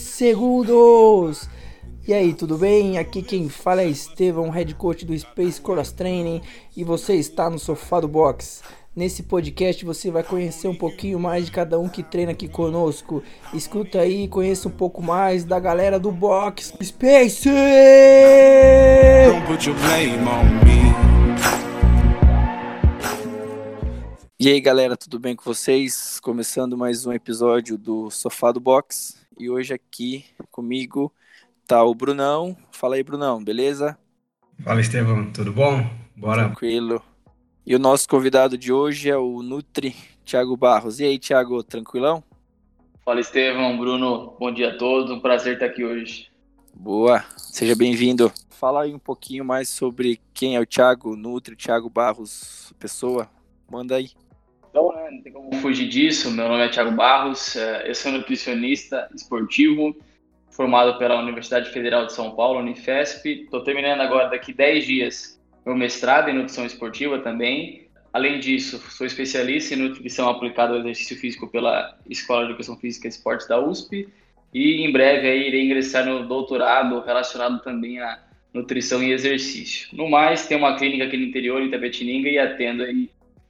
segundos! E aí, tudo bem? Aqui quem fala é Estevão, head coach do Space Cross Training, e você está no Sofá do Box. Nesse podcast você vai conhecer um pouquinho mais de cada um que treina aqui conosco. Escuta aí e conheça um pouco mais da galera do Box Space! Don't put your blame on me. E aí galera, tudo bem com vocês? Começando mais um episódio do Sofá do Box. E hoje aqui comigo tá o Brunão. Fala aí, Brunão, beleza? Fala, Estevão, tudo bom? Bora. Tranquilo. E o nosso convidado de hoje é o Nutri Thiago Barros. E aí, Thiago, tranquilão? Fala, Estevão, Bruno, bom dia a todos, um prazer estar aqui hoje. Boa, seja bem-vindo. Fala aí um pouquinho mais sobre quem é o Thiago, Nutri, Thiago Barros, pessoa. Manda aí. Então, não tem como fugir disso. Meu nome é Thiago Barros, eu sou nutricionista esportivo, formado pela Universidade Federal de São Paulo, Unifesp. Estou terminando agora, daqui 10 dias, meu mestrado em nutrição esportiva também. Além disso, sou especialista em nutrição aplicada ao exercício físico pela Escola de Educação Física e Esportes da USP. E em breve aí, irei ingressar no doutorado relacionado também à nutrição e exercício. No mais, tenho uma clínica aqui no interior, em Itapetininga, e atendo aí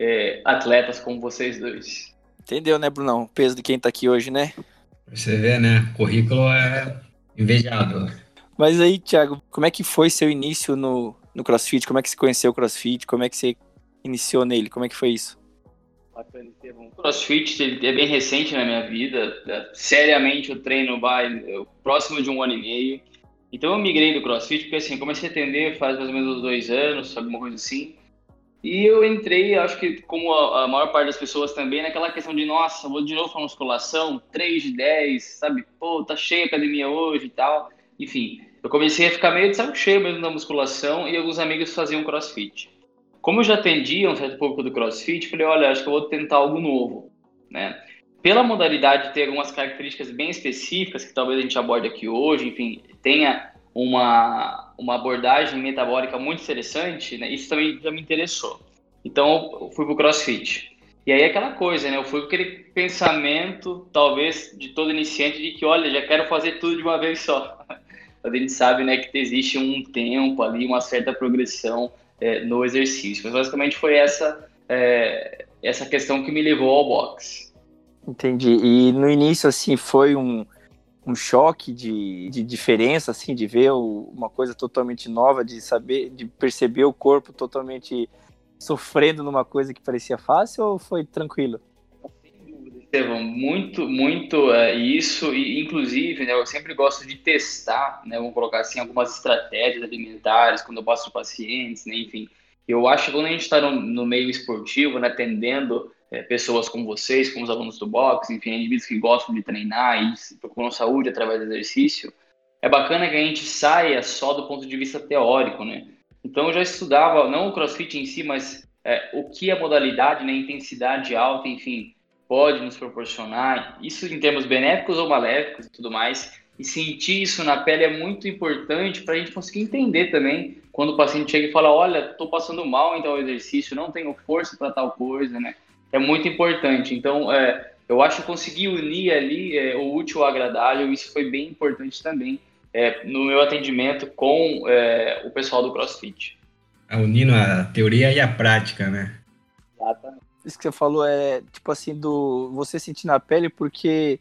atletas como vocês dois. Entendeu, né, Brunão? O peso de quem tá aqui hoje, né? Você vê, né? O currículo é invejável. Mas aí, Thiago, como é que foi seu início no CrossFit? Como é que você conheceu o CrossFit? Como é que você iniciou nele? Como é que foi isso? Bacana, Estevão. O CrossFit é bem recente na minha vida. Seriamente eu treino próximo de 1 ano e meio. Então eu migrei do CrossFit porque assim, comecei a atender faz mais ou menos 2 anos, alguma coisa assim. E eu entrei, acho que como a maior parte das pessoas também, naquela questão de, nossa, vou de novo pra musculação, 3 de 10, sabe? Pô, tá cheia a academia hoje e tal. Enfim, eu comecei a ficar meio de saco cheio mesmo da musculação e alguns amigos faziam CrossFit. Como eu já atendia um certo público do CrossFit, falei, olha, acho que eu vou tentar algo novo, né? Pela modalidade ter algumas características bem específicas, que talvez a gente aborde aqui hoje, enfim, tenha uma abordagem metabólica muito interessante, né? Isso também já me interessou. Então, eu fui pro CrossFit. E aí, aquela coisa, né? Eu fui com aquele pensamento, talvez, de todo iniciante, de que, olha, já quero fazer tudo de uma vez só. A gente sabe, né, que existe um tempo ali, uma certa progressão no exercício. Mas, basicamente, foi essa questão que me levou ao boxe. Entendi. E no início, assim, foi um choque de diferença, assim, de ver uma coisa totalmente nova, de saber, de perceber o corpo totalmente sofrendo numa coisa que parecia fácil, ou foi tranquilo? Sem dúvida, Estevão, muito isso, e inclusive, né, eu sempre gosto de testar, né, vamos colocar assim, algumas estratégias alimentares quando eu passo para pacientes, né, enfim. Eu acho que quando a gente está no meio esportivo, né, atendendo pessoas como vocês, como os alunos do boxe, enfim, indivíduos que gostam de treinar e procuram saúde através do exercício, é bacana que a gente saia só do ponto de vista teórico, né? Então eu já estudava, não o CrossFit em si, mas o que a modalidade, né, intensidade alta, enfim, pode nos proporcionar, isso em termos benéficos ou maléficos e tudo mais, e sentir isso na pele é muito importante para a gente conseguir entender também quando o paciente chega e fala, olha, estou passando mal em tal exercício, não tenho força para tal coisa, né? É muito importante. Então, eu acho que eu consegui unir ali o útil ao agradável, e isso foi bem importante também no meu atendimento com o pessoal do CrossFit. Unindo a teoria e a prática, né? Exatamente. Isso que você falou é, tipo assim, você sentir na pele porque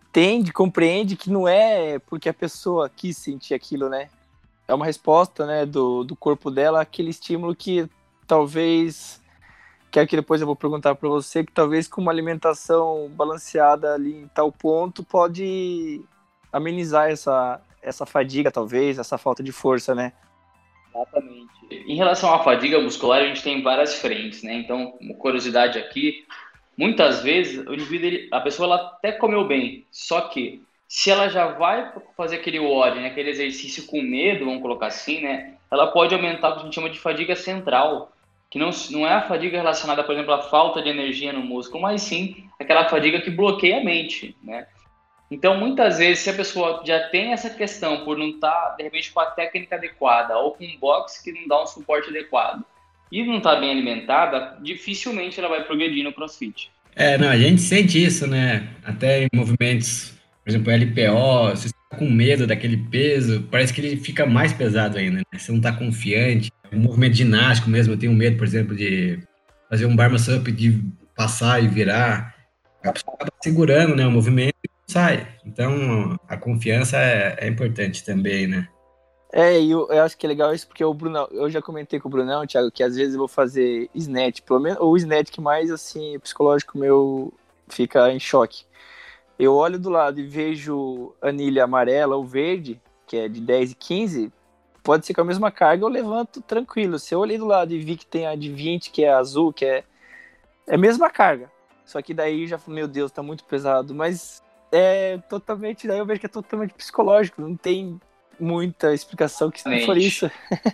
compreende que não é porque a pessoa quis sentir aquilo, né? É uma resposta, né, do corpo dela àquele estímulo que talvez... Quero que depois eu vou perguntar para você, que talvez com uma alimentação balanceada ali em tal ponto pode amenizar essa fadiga, talvez, essa falta de força, né? Exatamente. Em relação à fadiga muscular, a gente tem várias frentes, né? Então, uma curiosidade aqui, muitas vezes o indivíduo, a pessoa ela até comeu bem, só que se ela já vai fazer aquele WOD, né, aquele exercício com medo, vamos colocar assim, né? Ela pode aumentar o que a gente chama de fadiga central, que não é a fadiga relacionada, por exemplo, à falta de energia no músculo, mas sim aquela fadiga que bloqueia a mente, né? Então, muitas vezes, se a pessoa já tem essa questão por não estar, de repente, com a técnica adequada ou com um box que não dá um suporte adequado e não está bem alimentada, dificilmente ela vai progredir no CrossFit. Não, a gente sente isso, né? Até em movimentos Por exemplo, o LPO, se você tá com medo daquele peso, parece que ele fica mais pesado ainda, né? Você não tá confiante. O movimento ginástico mesmo, eu tenho medo, por exemplo, de fazer um bar muscle-up, de passar e virar. A pessoa acaba segurando, né, o movimento e sai. Então, a confiança é importante também, né? E eu acho que é legal isso, porque o Brunão, eu já comentei com o Brunão, Thiago, que às vezes eu vou fazer snatch, pelo menos, ou o snatch que mais, assim, o psicológico meu fica em choque. Eu olho do lado e vejo anilha amarela ou verde, que é de 10 e 15, pode ser com a mesma carga, eu levanto tranquilo. Se eu olhei do lado e vi que tem a de 20, que é azul, que é a mesma carga. Só que daí já falei, meu Deus, tá muito pesado. Mas é totalmente, daí eu vejo que é totalmente psicológico, não tem muita explicação que se não for isso.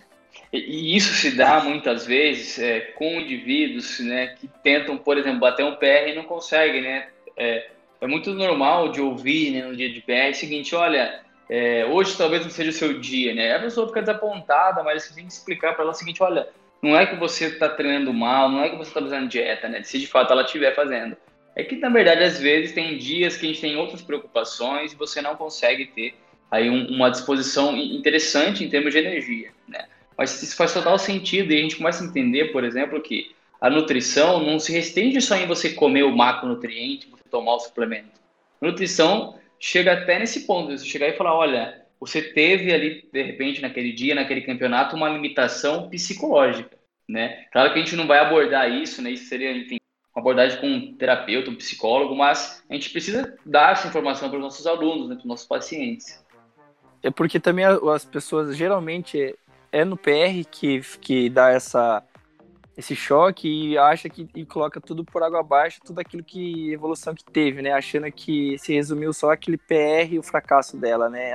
E isso se dá muitas vezes com indivíduos, né, que tentam, por exemplo, bater um PR e não conseguem, né? É muito normal de ouvir, né, no dia de PR, o seguinte, olha, hoje talvez não seja o seu dia, né? A pessoa fica desapontada, mas você tem que explicar para ela o seguinte, olha, não é que você está treinando mal, não é que você está fazendo dieta, né? Se de fato ela estiver fazendo. É que, na verdade, às vezes tem dias que a gente tem outras preocupações e você não consegue ter aí uma disposição interessante em termos de energia, né? Mas isso faz total sentido e a gente começa a entender, por exemplo, que a nutrição não se restringe só em você comer o macronutriente, você tomar o suplemento. A nutrição chega até nesse ponto, você chegar e falar, olha, você teve ali, de repente, naquele dia, naquele campeonato, uma limitação psicológica, né? Claro que a gente não vai abordar isso, né? Isso seria, enfim, uma abordagem com um terapeuta, um psicólogo, mas a gente precisa dar essa informação para os nossos alunos, né, para os nossos pacientes. É porque também as pessoas, geralmente, é no PR que dá esse choque e acha que coloca tudo por água abaixo, tudo aquilo que evolução que teve, né? Achando que se resumiu só aquele PR e o fracasso dela, né?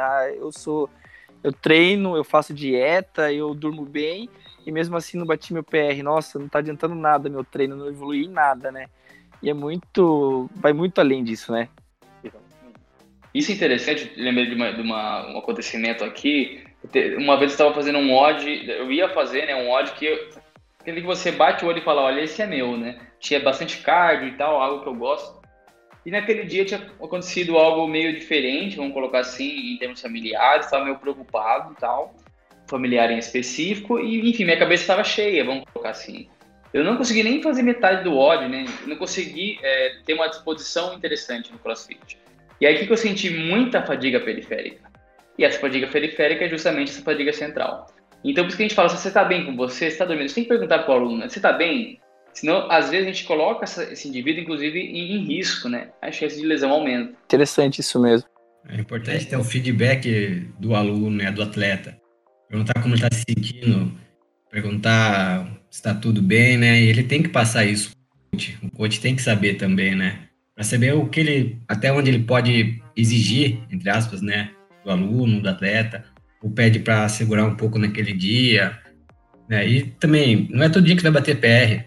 Eu treino, eu faço dieta, eu durmo bem e mesmo assim não bati meu PR. Nossa, não tá adiantando nada meu treino, não evolui em nada, né? E vai muito além disso, né? Isso é interessante, lembrei de um acontecimento aqui. Uma vez eu estava fazendo um odd, eu ia fazer, né, um odd aquele que você bate o olho e fala, olha, esse é meu, né? Tinha bastante cardio e tal, algo que eu gosto. E naquele dia tinha acontecido algo meio diferente, vamos colocar assim, em termos familiares, estava meio preocupado e tal, familiar em específico, e enfim, minha cabeça estava cheia, vamos colocar assim. Eu não consegui nem fazer metade do odd, né? Eu não consegui ter uma disposição interessante no CrossFit. E aí, o que eu senti? Muita fadiga periférica. E essa fadiga periférica é justamente essa fadiga central. Então, por isso que a gente fala, se você está bem com você está dormindo, você tem que perguntar para o aluno, né? Você está bem? Senão, às vezes, a gente coloca esse indivíduo, inclusive, em risco, né? A chance de lesão aumenta. Interessante isso mesmo. É importante ter um feedback do aluno, né, do atleta. Perguntar como ele está se sentindo, perguntar se está tudo bem, né? E ele tem que passar isso. O coach tem que saber também, né? Para saber até onde ele pode exigir, entre aspas, né, do aluno, do atleta, ou pede para segurar um pouco naquele dia, né? E também, não é todo dia que vai bater PR.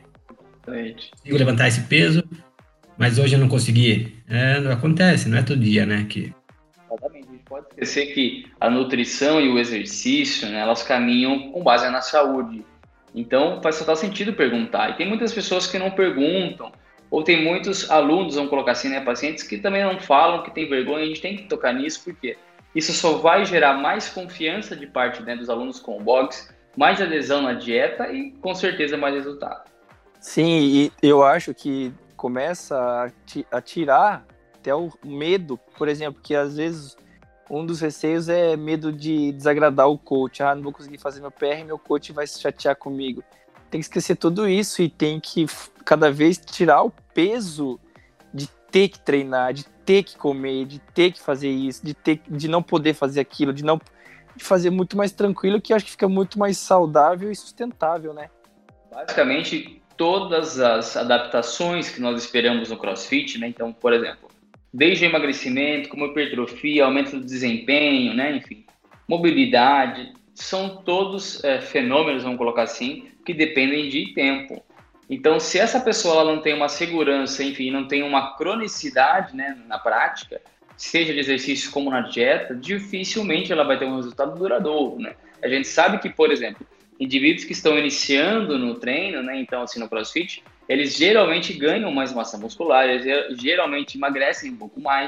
Consigo levantar esse peso, mas hoje eu não consegui. Não acontece, não é todo dia, né? Exatamente. A gente pode esquecer que a nutrição e o exercício, né, elas caminham com base na saúde. Então, faz total sentido perguntar. E tem muitas pessoas que não perguntam, ou tem muitos alunos, vamos colocar assim, né, pacientes que também não falam, que tem vergonha. A gente tem que tocar nisso, porque isso só vai gerar mais confiança de parte, né, dos alunos com o box, mais adesão na dieta e, com certeza, mais resultado. Sim, e eu acho que começa a tirar até o medo, por exemplo, que às vezes um dos receios é medo de desagradar o coach. Não vou conseguir fazer meu PR, meu coach vai se chatear comigo. Tem que esquecer tudo isso e tem que cada vez tirar o peso de ter que treinar, de ter que comer, de ter que fazer isso, de não poder fazer aquilo, de fazer muito mais tranquilo, que eu acho que fica muito mais saudável e sustentável, né? Basicamente, todas as adaptações que nós esperamos no CrossFit, né? Então, por exemplo, desde emagrecimento, como hipertrofia, aumento do desempenho, né? Enfim, mobilidade, são todos fenômenos, vamos colocar assim, que dependem de tempo. Então, se essa pessoa ela não tem uma segurança, enfim, não tem uma cronicidade, né, na prática, seja de exercício como na dieta, dificilmente ela vai ter um resultado duradouro, né? A gente sabe que, por exemplo, indivíduos que estão iniciando no treino, né, então assim no CrossFit, eles geralmente ganham mais massa muscular, eles geralmente emagrecem um pouco mais,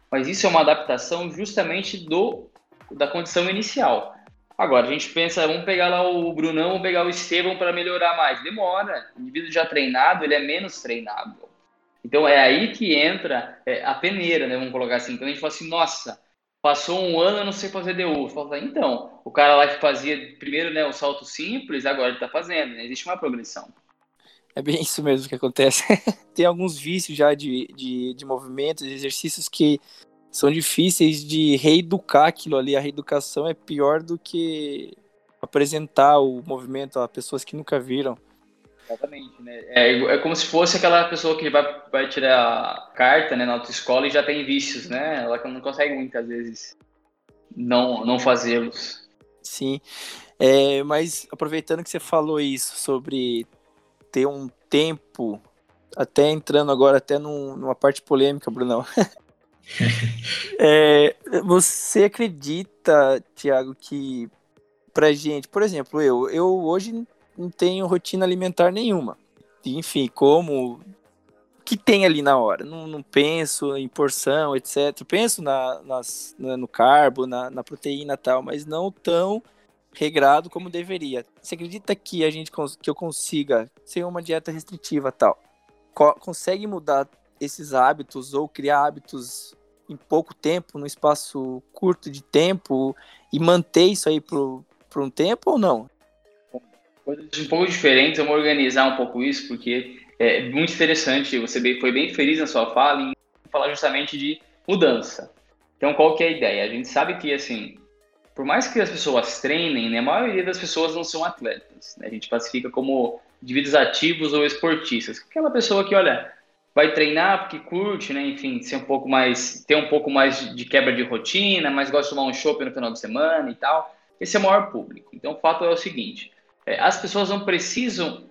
mas isso é uma adaptação justamente da condição inicial. Agora, a gente pensa, vamos pegar lá o Brunão, vamos pegar o Estevão para melhorar mais. Demora. O indivíduo já treinado, ele é menos treinável. Então, é aí que entra a peneira, né? Vamos colocar assim. Então, a gente fala assim, nossa, passou um ano, eu não sei fazer DU. Fala, então, o cara lá que fazia primeiro, né, o salto simples, agora ele está fazendo. Né? Existe uma progressão. É bem isso mesmo que acontece. Tem alguns vícios já de movimentos, de exercícios que são difíceis de reeducar aquilo ali. A reeducação é pior do que apresentar o movimento a pessoas que nunca viram. Exatamente, né? É como se fosse aquela pessoa que vai tirar a carta, né, na autoescola e já tem vícios, né? Ela não consegue muitas vezes não fazê-los. Sim, mas aproveitando que você falou isso sobre ter um tempo, até entrando agora até numa parte polêmica, Brunão. Você acredita, Thiago, que pra gente, por exemplo, eu hoje não tenho rotina alimentar nenhuma. Enfim, como o que tem ali na hora. Não penso em porção, etc. Penso no carbo, na proteína e tal, mas não tão regrado como deveria. Você acredita que que eu consiga, sem uma dieta restritiva e tal, consegue mudar esses hábitos ou criar hábitos em pouco tempo, num espaço curto de tempo, e manter isso aí por um tempo ou não? Coisas um pouco diferentes, vamos organizar um pouco isso, porque é muito interessante, você foi bem feliz na sua fala em falar justamente de mudança. Então, qual que é a ideia? A gente sabe que, assim, por mais que as pessoas treinem, né, a maioria das pessoas não são atletas, né? A gente classifica como indivíduos ativos ou esportistas. Aquela pessoa que, olha, vai treinar porque curte, né? Enfim, ter um pouco mais de quebra de rotina, mas gosta de tomar um chopp no final de semana e tal. Esse é o maior público. Então, o fato é o seguinte, as pessoas não precisam,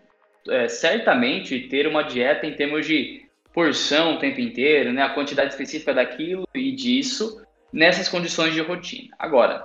certamente, ter uma dieta em termos de porção o tempo inteiro, né? A quantidade específica daquilo e disso, nessas condições de rotina. Agora,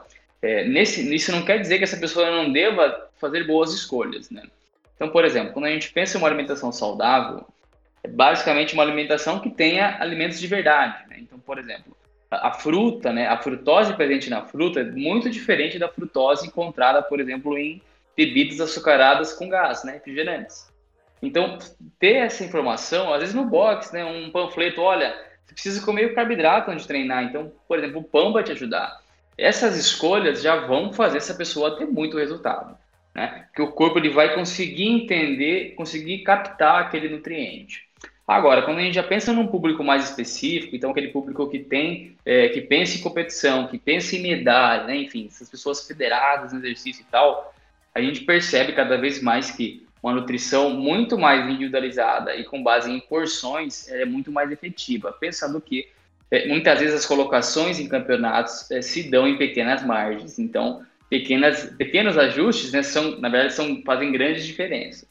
isso não quer dizer que essa pessoa não deva fazer boas escolhas, né? Então, por exemplo, quando a gente pensa em uma alimentação saudável, é basicamente uma alimentação que tenha alimentos de verdade, né? Então, por exemplo, a fruta, né? A frutose presente na fruta é muito diferente da frutose encontrada, por exemplo, em bebidas açucaradas com gás, né? Refrigerantes. Então, ter essa informação, às vezes no box, né? Um panfleto, olha, você precisa comer o carboidrato antes de treinar. Então, por exemplo, o pão vai te ajudar. Essas escolhas já vão fazer essa pessoa ter muito resultado, né? Que o corpo ele vai conseguir entender, conseguir captar aquele nutriente. Agora, quando a gente já pensa num público mais específico, então aquele público que que pensa em competição, que pensa em medalha, né? Enfim, essas pessoas federadas no exercício e tal, a gente percebe cada vez mais que uma nutrição muito mais individualizada e com base em porções é muito mais efetiva, pensando que muitas vezes as colocações em campeonatos se dão em pequenas margens, então pequenos ajustes, né, na verdade fazem grandes diferenças.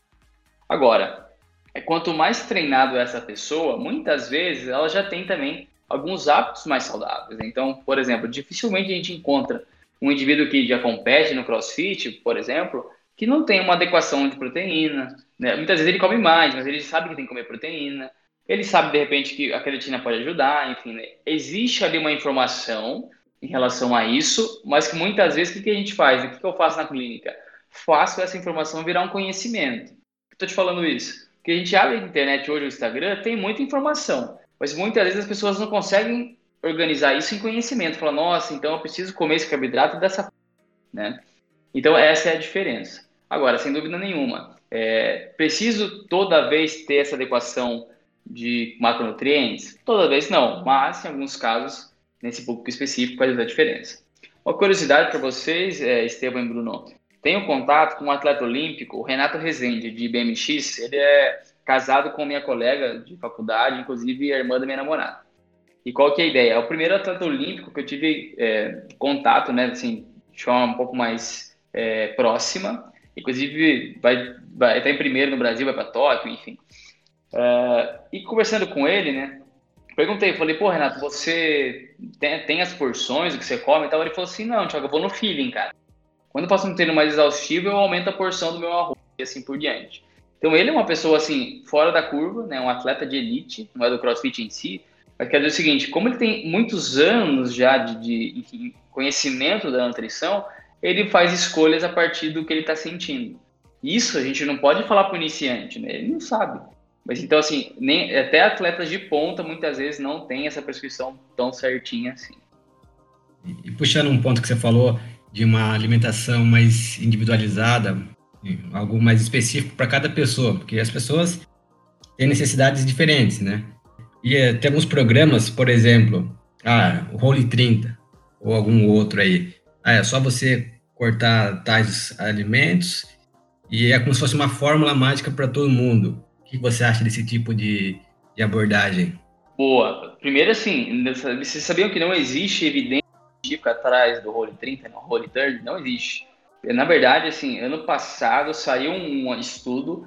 Agora, quanto mais treinado essa pessoa, muitas vezes ela já tem também alguns hábitos mais saudáveis. Então, por exemplo, dificilmente a gente encontra um indivíduo que já compete no CrossFit, por exemplo, que não tem uma adequação de proteína, né? Muitas vezes ele come mais, mas ele sabe que tem que comer proteína, ele sabe de repente que a creatina pode ajudar, enfim, né? Existe ali uma informação em relação a isso, mas que muitas vezes o que a gente faz? O que eu faço na clínica? Faço essa informação virar um conhecimento. Estou te falando isso? Porque a gente abre a internet hoje, o Instagram, tem muita informação, mas muitas vezes as pessoas não conseguem organizar isso em conhecimento. Falar, nossa, então eu preciso comer esse carboidrato dessa forma, né? Então essa é a diferença. Agora, sem dúvida nenhuma, preciso toda vez ter essa adequação de macronutrientes? Toda vez não, mas em alguns casos, nesse público específico, faz a diferença. Uma curiosidade para vocês, Estevam e Bruno, tenho contato com um atleta olímpico, o Renato Rezende, de BMX. Ele é casado com minha colega de faculdade, inclusive a irmã da minha namorada. E qual que é a ideia? É o primeiro atleta olímpico que eu tive contato, né, assim, de forma um pouco mais próxima. Inclusive, vai estar em primeiro no Brasil, vai para Tóquio, enfim. E conversando com ele, né, perguntei, falei, pô, Renato, você tem as porções, o que você come e tal? Ele falou assim, não, Thiago, eu vou no feeling, cara. Quando eu faço um treino mais exaustivo, eu aumento a porção do meu arroz e assim por diante. Então, ele é uma pessoa, assim, fora da curva, né, um atleta de elite, não é do CrossFit em si, Mas quer dizer o seguinte, como ele tem muitos anos já de conhecimento da nutrição, ele faz escolhas a partir do que ele está sentindo. Isso a gente não pode falar para o iniciante, né? Ele não sabe. Mas então, assim, até atletas de ponta muitas vezes não têm essa prescrição tão certinha assim. E puxando um ponto que você falou de uma alimentação mais individualizada, algo mais específico para cada pessoa, porque as pessoas têm necessidades diferentes, né? E tem alguns programas, por exemplo, o Whole 30 ou algum outro aí. É só você cortar tais alimentos e é como se fosse uma fórmula mágica para todo mundo. O que você acha desse tipo de abordagem? Boa. Primeiro, assim, vocês sabiam que não existe evidência científica atrás do Whole 30, não? Whole 30? Não existe. Na verdade, assim, ano passado saiu um estudo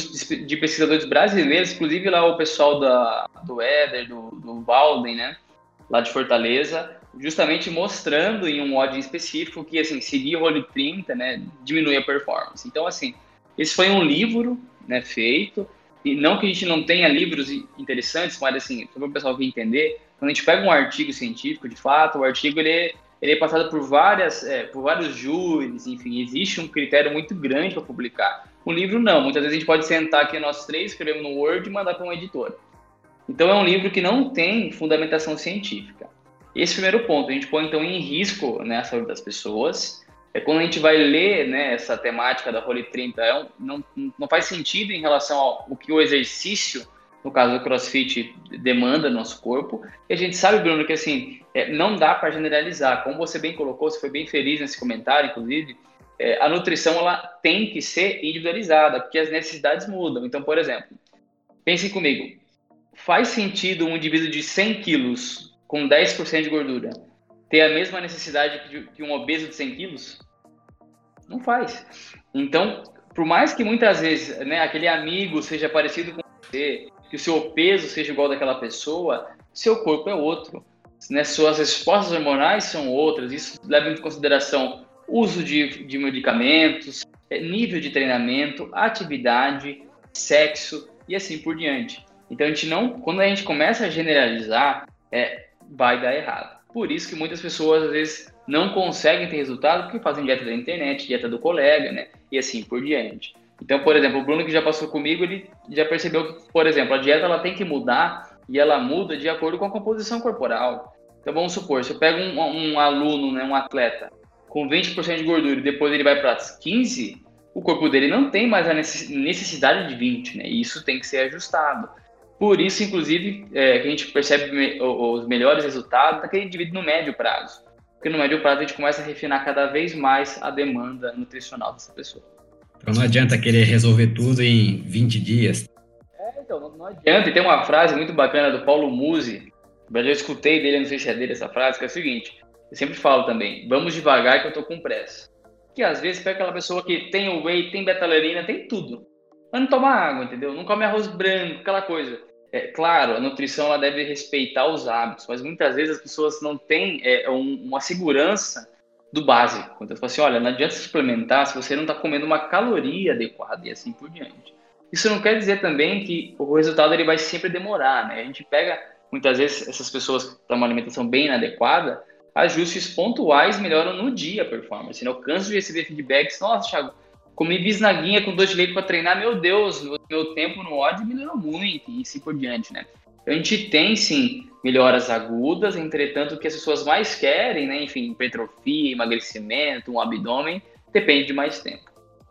de pesquisadores brasileiros, inclusive lá o pessoal do Éder, do Walden, né, lá de Fortaleza, justamente mostrando em um WOD específico que, assim, seguir o Whole 30, né, diminui a performance. Então, assim, esse foi um livro, né, feito, e não que a gente não tenha livros interessantes, mas, assim, para o pessoal entender, quando a gente pega um artigo científico, de fato, o artigo, ele é passado por vários júris, enfim, existe um critério muito grande para publicar. Um livro não, muitas vezes a gente pode sentar aqui nós três, escrevemos no Word e mandar para uma editora. Então é um livro que não tem fundamentação científica. Esse primeiro ponto, a gente põe então em risco, né, a saúde das pessoas. Quando a gente vai ler, né, essa temática da Whole 30, não faz sentido em relação ao que o exercício, no caso do CrossFit, demanda no nosso corpo. E a gente sabe, Bruno, que assim, não dá para generalizar. Como você bem colocou, você foi bem feliz nesse comentário, inclusive, a nutrição ela tem que ser individualizada, porque as necessidades mudam. Então, por exemplo, pensem comigo, faz sentido um indivíduo de 100 quilos com 10% de gordura ter a mesma necessidade que um obeso de 100 quilos? Não faz. Então, por mais que muitas vezes, né, aquele amigo seja parecido com você, que o seu peso seja igual daquela pessoa, seu corpo é outro, né? Suas respostas hormonais são outras, isso leva em consideração uso de medicamentos, nível de treinamento, atividade, sexo e assim por diante. Então, quando a gente começa a generalizar, vai dar errado. Por isso que muitas pessoas, às vezes, não conseguem ter resultado porque fazem dieta da internet, dieta do colega, né? E assim por diante. Então, por exemplo, o Bruno que já passou comigo, ele já percebeu que, por exemplo, a dieta ela tem que mudar e ela muda de acordo com a composição corporal. Então, vamos supor, se eu pego um aluno, né, um atleta, com 20% de gordura e depois ele vai para 15%, o corpo dele não tem mais a necessidade de 20%, né? E isso tem que ser ajustado. Por isso, inclusive, que a gente percebe os melhores resultados daquele indivíduo no médio prazo. Porque no médio prazo a gente começa a refinar cada vez mais a demanda nutricional dessa pessoa. Então não adianta querer resolver tudo em 20 dias. Então não adianta. E tem uma frase muito bacana do Paulo Musi, eu já escutei dele, não sei se é dele essa frase, que é o seguinte, eu sempre falo também, vamos devagar que eu tô com pressa. Que às vezes pega aquela pessoa que tem o whey, tem beta-alanina, tem tudo, mas não toma água, entendeu? Não come arroz branco, aquela coisa. Claro, a nutrição ela deve respeitar os hábitos, mas muitas vezes as pessoas não têm uma segurança do básico. Então, você fala assim, olha, não adianta suplementar se você não está comendo uma caloria adequada e assim por diante. Isso não quer dizer também que o resultado ele vai sempre demorar, né? A gente pega, muitas vezes, essas pessoas que têm uma alimentação bem inadequada, ajustes pontuais melhoram no dia a performance. Eu canso de receber feedbacks, nossa, Thiago, comi bisnaguinha com doce de leite para treinar, meu Deus, meu tempo no WOD melhorou muito e assim por diante, né? A gente tem, sim, melhoras agudas, entretanto, o que as pessoas mais querem, né? Enfim, hipertrofia, emagrecimento, um abdômen, depende de mais tempo.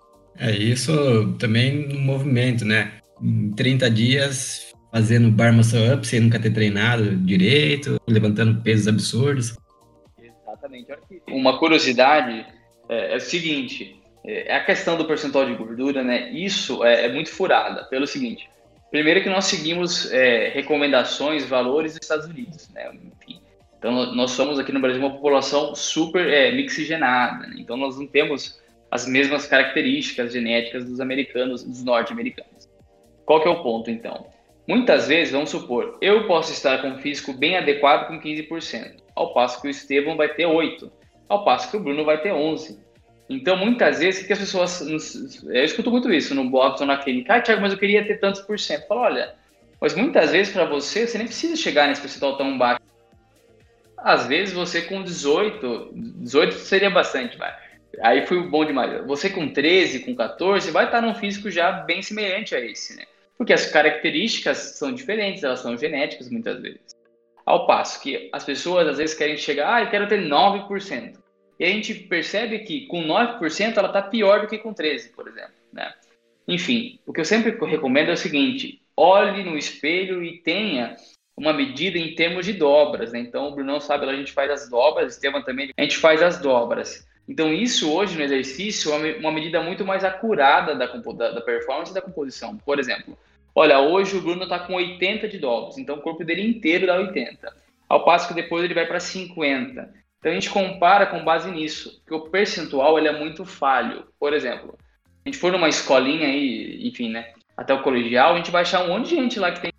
Isso também no movimento, né? Em 30 dias fazendo bar muscle up sem nunca ter treinado direito, levantando pesos absurdos. Exatamente. Uma curiosidade é o seguinte, a questão do percentual de gordura, né? Isso é muito furada, pelo seguinte. Primeiro que nós seguimos recomendações, valores dos Estados Unidos, né? Enfim, então nós somos aqui no Brasil uma população super mixigenada, né? Então nós não temos as mesmas características genéticas dos americanos, dos norte-americanos. Qual que é o ponto, então? Muitas vezes, vamos supor, eu posso estar com um físico bem adequado com 15%, ao passo que o Estevão vai ter 8%, ao passo que o Bruno vai ter 11%. Então, muitas vezes, o que as pessoas... Eu escuto muito isso no box ou na clínica. Thiago, mas eu queria ter tantos por cento. Eu falo, olha, Mas muitas vezes para você nem precisa chegar nesse percentual tão baixo. Às vezes você com 18 seria bastante, vai. Aí foi bom demais. Você com 13, com 14, vai estar num físico já bem semelhante a esse, né? Porque as características são diferentes, elas são genéticas muitas vezes. Ao passo que as pessoas às vezes querem chegar, eu quero ter 9%. E a gente percebe que com 9% ela está pior do que com 13%, por exemplo, né? Enfim, o que eu sempre recomendo é o seguinte: olhe no espelho e tenha uma medida em termos de dobras, né? Então, o Brunão sabe, lá a gente faz as dobras, o Estevam também, a gente faz as dobras. Então, isso hoje no exercício é uma medida muito mais acurada da performance e da composição. Por exemplo, olha, hoje o Bruno está com 80 de dobras, então o corpo dele inteiro dá 80. Ao passo que depois ele vai para 50. Então, a gente compara com base nisso, porque o percentual ele é muito falho. Por exemplo, a gente for numa escolinha aí, enfim, né, até o colegial, a gente vai achar um monte de gente lá que tem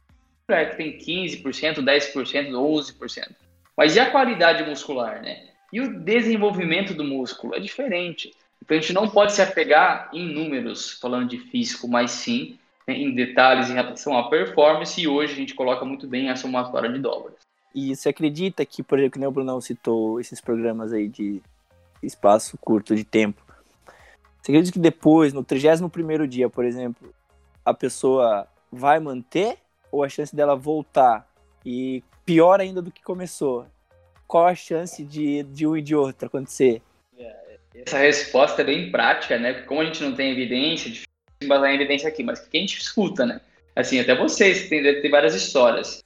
15%, 10%, 12%. Mas e a qualidade muscular, né? E o desenvolvimento do músculo é diferente. Então a gente não pode se apegar em números, falando de físico, mas sim, né, em detalhes em relação à performance, e hoje a gente coloca muito bem a somatória de dobras. E você acredita que, por exemplo, que nem o Brunão citou esses programas aí de espaço curto de tempo, você acredita que depois, no 31º dia, por exemplo, a pessoa vai manter, ou a chance dela voltar e pior ainda do que começou? Qual a chance de um e de outro acontecer? Essa resposta é bem prática, né? Como a gente não tem evidência, é difícil embasar em evidência aqui, mas o que a gente escuta, né? Assim, até vocês deve ter várias histórias.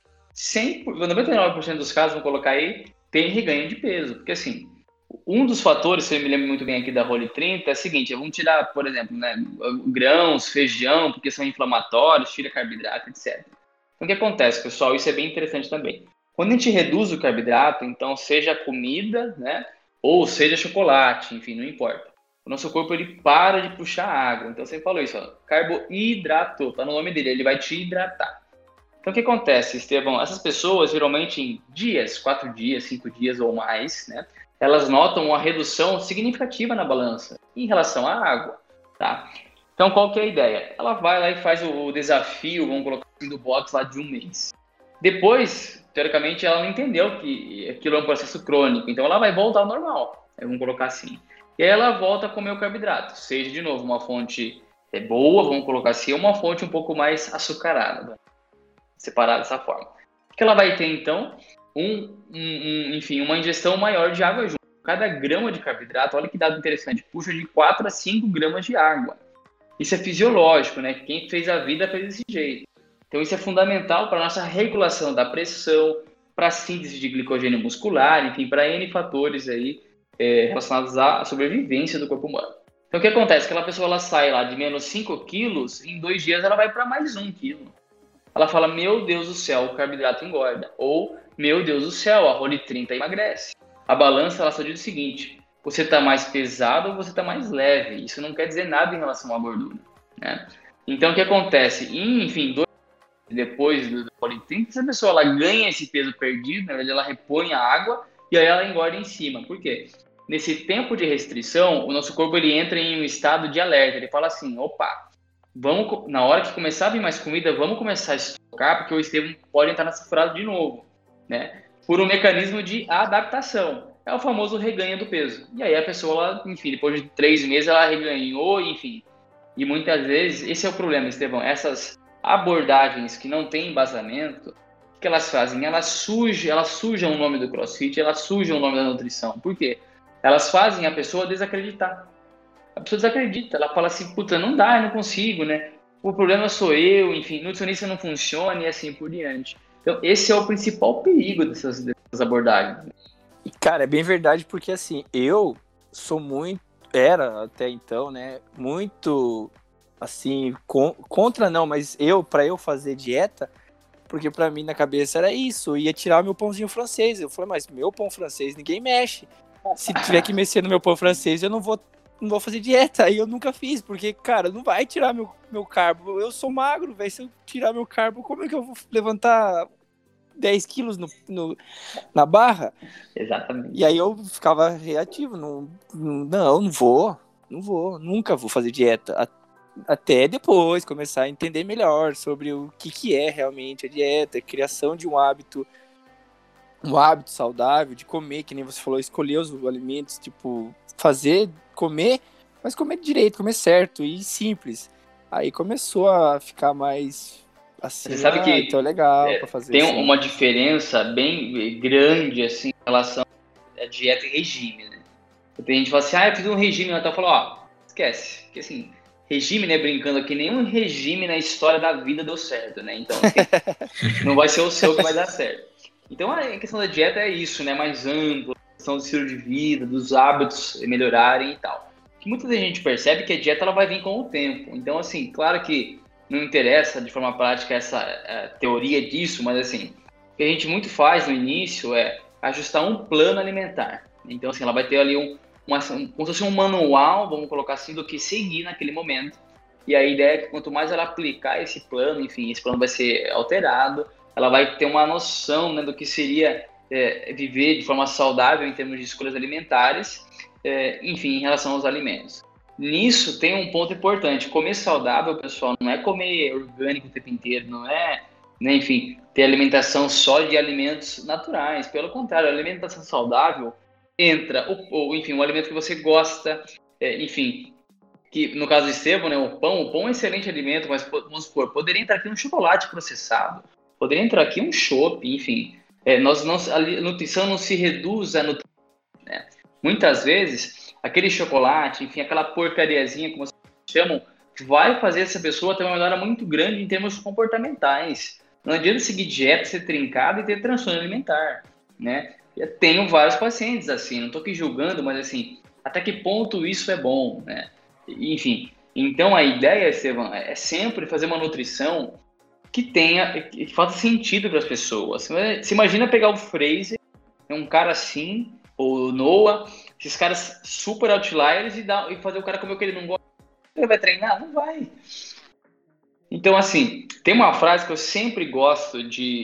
99% dos casos, vão colocar aí, tem reganho de peso. Porque assim, um dos fatores, se eu me lembro muito bem aqui da Role 30, é o seguinte: vamos tirar, por exemplo, né, grãos, feijão, porque são inflamatórios, tira carboidrato, etc. Então, o que acontece, pessoal? Isso é bem interessante também. Quando a gente reduz o carboidrato, então, seja comida, né, ou seja chocolate, enfim, não importa. O nosso corpo, ele para de puxar água. Então, você falou isso, ó, carboidrato, tá no nome dele, ele vai te hidratar. Então, o que acontece, Estevão? Essas pessoas, geralmente em dias, 4 dias, 5 dias ou mais, né, elas notam uma redução significativa na balança em relação à água, tá? Então, qual que é a ideia? Ela vai lá e faz o desafio, vamos colocar assim, do box lá de 1 mês. Depois, teoricamente, ela não entendeu que aquilo é um processo crônico, então ela vai voltar ao normal, vamos colocar assim. E aí ela volta a comer o carboidrato, seja, de novo, uma fonte boa, vamos colocar assim, uma fonte um pouco mais açucarada, separada dessa forma. O que ela vai ter, então? Enfim, uma ingestão maior de água junto. Cada grama de carboidrato, olha que dado interessante, puxa de 4 a 5 gramas de água. Isso é fisiológico, né? Quem fez a vida fez desse jeito. Então isso é fundamental para a nossa regulação da pressão, para a síntese de glicogênio muscular, enfim, para N fatores aí relacionados à sobrevivência do corpo humano. Então o que acontece? Aquela pessoa ela sai lá de menos 5 quilos, em 2 dias ela vai para mais 1 quilo. Ela fala, meu Deus do céu, o carboidrato engorda. Ou, meu Deus do céu, a Role 30 emagrece. A balança, ela só diz o seguinte: você está mais pesado ou você está mais leve. Isso não quer dizer nada em relação à gordura, né? Então, o que acontece? Enfim, 2 dias depois do Role 30, essa pessoa ela ganha esse peso perdido, na verdade, ela repõe a água e aí ela engorda em cima. Por quê? Nesse tempo de restrição, o nosso corpo ele entra em um estado de alerta. Ele fala assim, opa, na hora que começar a vir mais comida, vamos começar a estocar, porque o Estevam pode entrar nessa furada de novo, né? Por um mecanismo de adaptação. É o famoso reganho do peso. E aí a pessoa, ela, enfim, depois de 3 meses, ela reganhou, enfim. E muitas vezes, esse é o problema, Estevão. Essas abordagens que não têm embasamento, o que elas fazem? Elas sujam o nome do CrossFit, elas sujam o nome da nutrição. Por quê? Elas fazem a pessoa desacreditar. A pessoa desacredita, ela fala assim, puta, não dá, eu não consigo, né? O problema sou eu, enfim, nutricionista não funciona e assim por diante. Então, esse é o principal perigo dessas abordagens. E, cara, é bem verdade, porque assim, eu sou era até então, né, muito, assim, contra não, mas pra eu fazer dieta, porque pra mim na cabeça era isso, eu ia tirar o meu pãozinho francês. Eu falei, mas meu pão francês ninguém mexe. Se tiver que mexer no meu pão francês, eu não vou fazer dieta. Aí eu nunca fiz, porque, cara, não vai tirar meu carbo. Eu sou magro, velho. Se eu tirar meu carbo, como é que eu vou levantar 10 quilos na barra? Exatamente. E aí eu ficava reativo. Não vou. Nunca vou fazer dieta. até depois começar a entender melhor sobre o que é realmente a dieta, a criação de um hábito saudável, de comer, que nem você falou, escolher os alimentos, tipo, comer, mas comer direito, comer certo e simples. Aí começou a ficar mais assim, Você sabe que então é legal pra fazer tem assim. uma diferença bem grande, assim, em relação à dieta e regime, né? Tem gente que fala assim, eu fiz um regime, eu falo, esquece, porque assim, regime, né, brincando aqui, nenhum regime na história da vida deu certo, né? Então, assim, não vai ser o seu que vai dar certo. Então, a questão da dieta é isso, né, mais ampla, a questão do estilo de vida, dos hábitos melhorarem e tal. Que muita gente percebe que a dieta ela vai vir com o tempo. Então, assim, claro que não interessa de forma prática essa teoria disso, mas assim, o que a gente muito faz no início é ajustar um plano alimentar. Então, assim, ela vai ter ali como se fosse um manual, vamos colocar assim, do que seguir naquele momento. E a ideia é que quanto mais ela aplicar esse plano, enfim, esse plano vai ser alterado, ela vai ter uma noção, né, do que seria viver de forma saudável em termos de escolhas alimentares, enfim, em relação aos alimentos. Nisso tem um ponto importante. Comer saudável, pessoal, não é comer orgânico o tempo inteiro, não é, né, enfim, ter alimentação só de alimentos naturais. Pelo contrário, a alimentação saudável entra, enfim, o alimento que você gosta, enfim, que no caso do Estevão, né, o pão é um excelente alimento, mas vamos supor, poderia entrar aqui um chocolate processado, poderia entrar aqui um chopp, enfim, a nutrição não se reduz a nutrição, né? Muitas vezes, aquele chocolate, enfim, aquela porcariazinha, como vocês chamam, vai fazer essa pessoa ter uma melhora muito grande em termos comportamentais. Não adianta seguir dieta, ser trincado e ter transtorno alimentar, né? Eu tenho vários pacientes assim, não estou aqui julgando, mas assim, até que ponto isso é bom, né? Enfim, então a ideia, Estevam, é sempre fazer uma nutrição que faça sentido para as pessoas. Você imagina pegar o Fraser, um cara assim, ou o Noah, esses caras super outliers e fazer o cara comer o que ele não gosta. Ele vai treinar? Não vai. Então, assim, tem uma frase que eu sempre gosto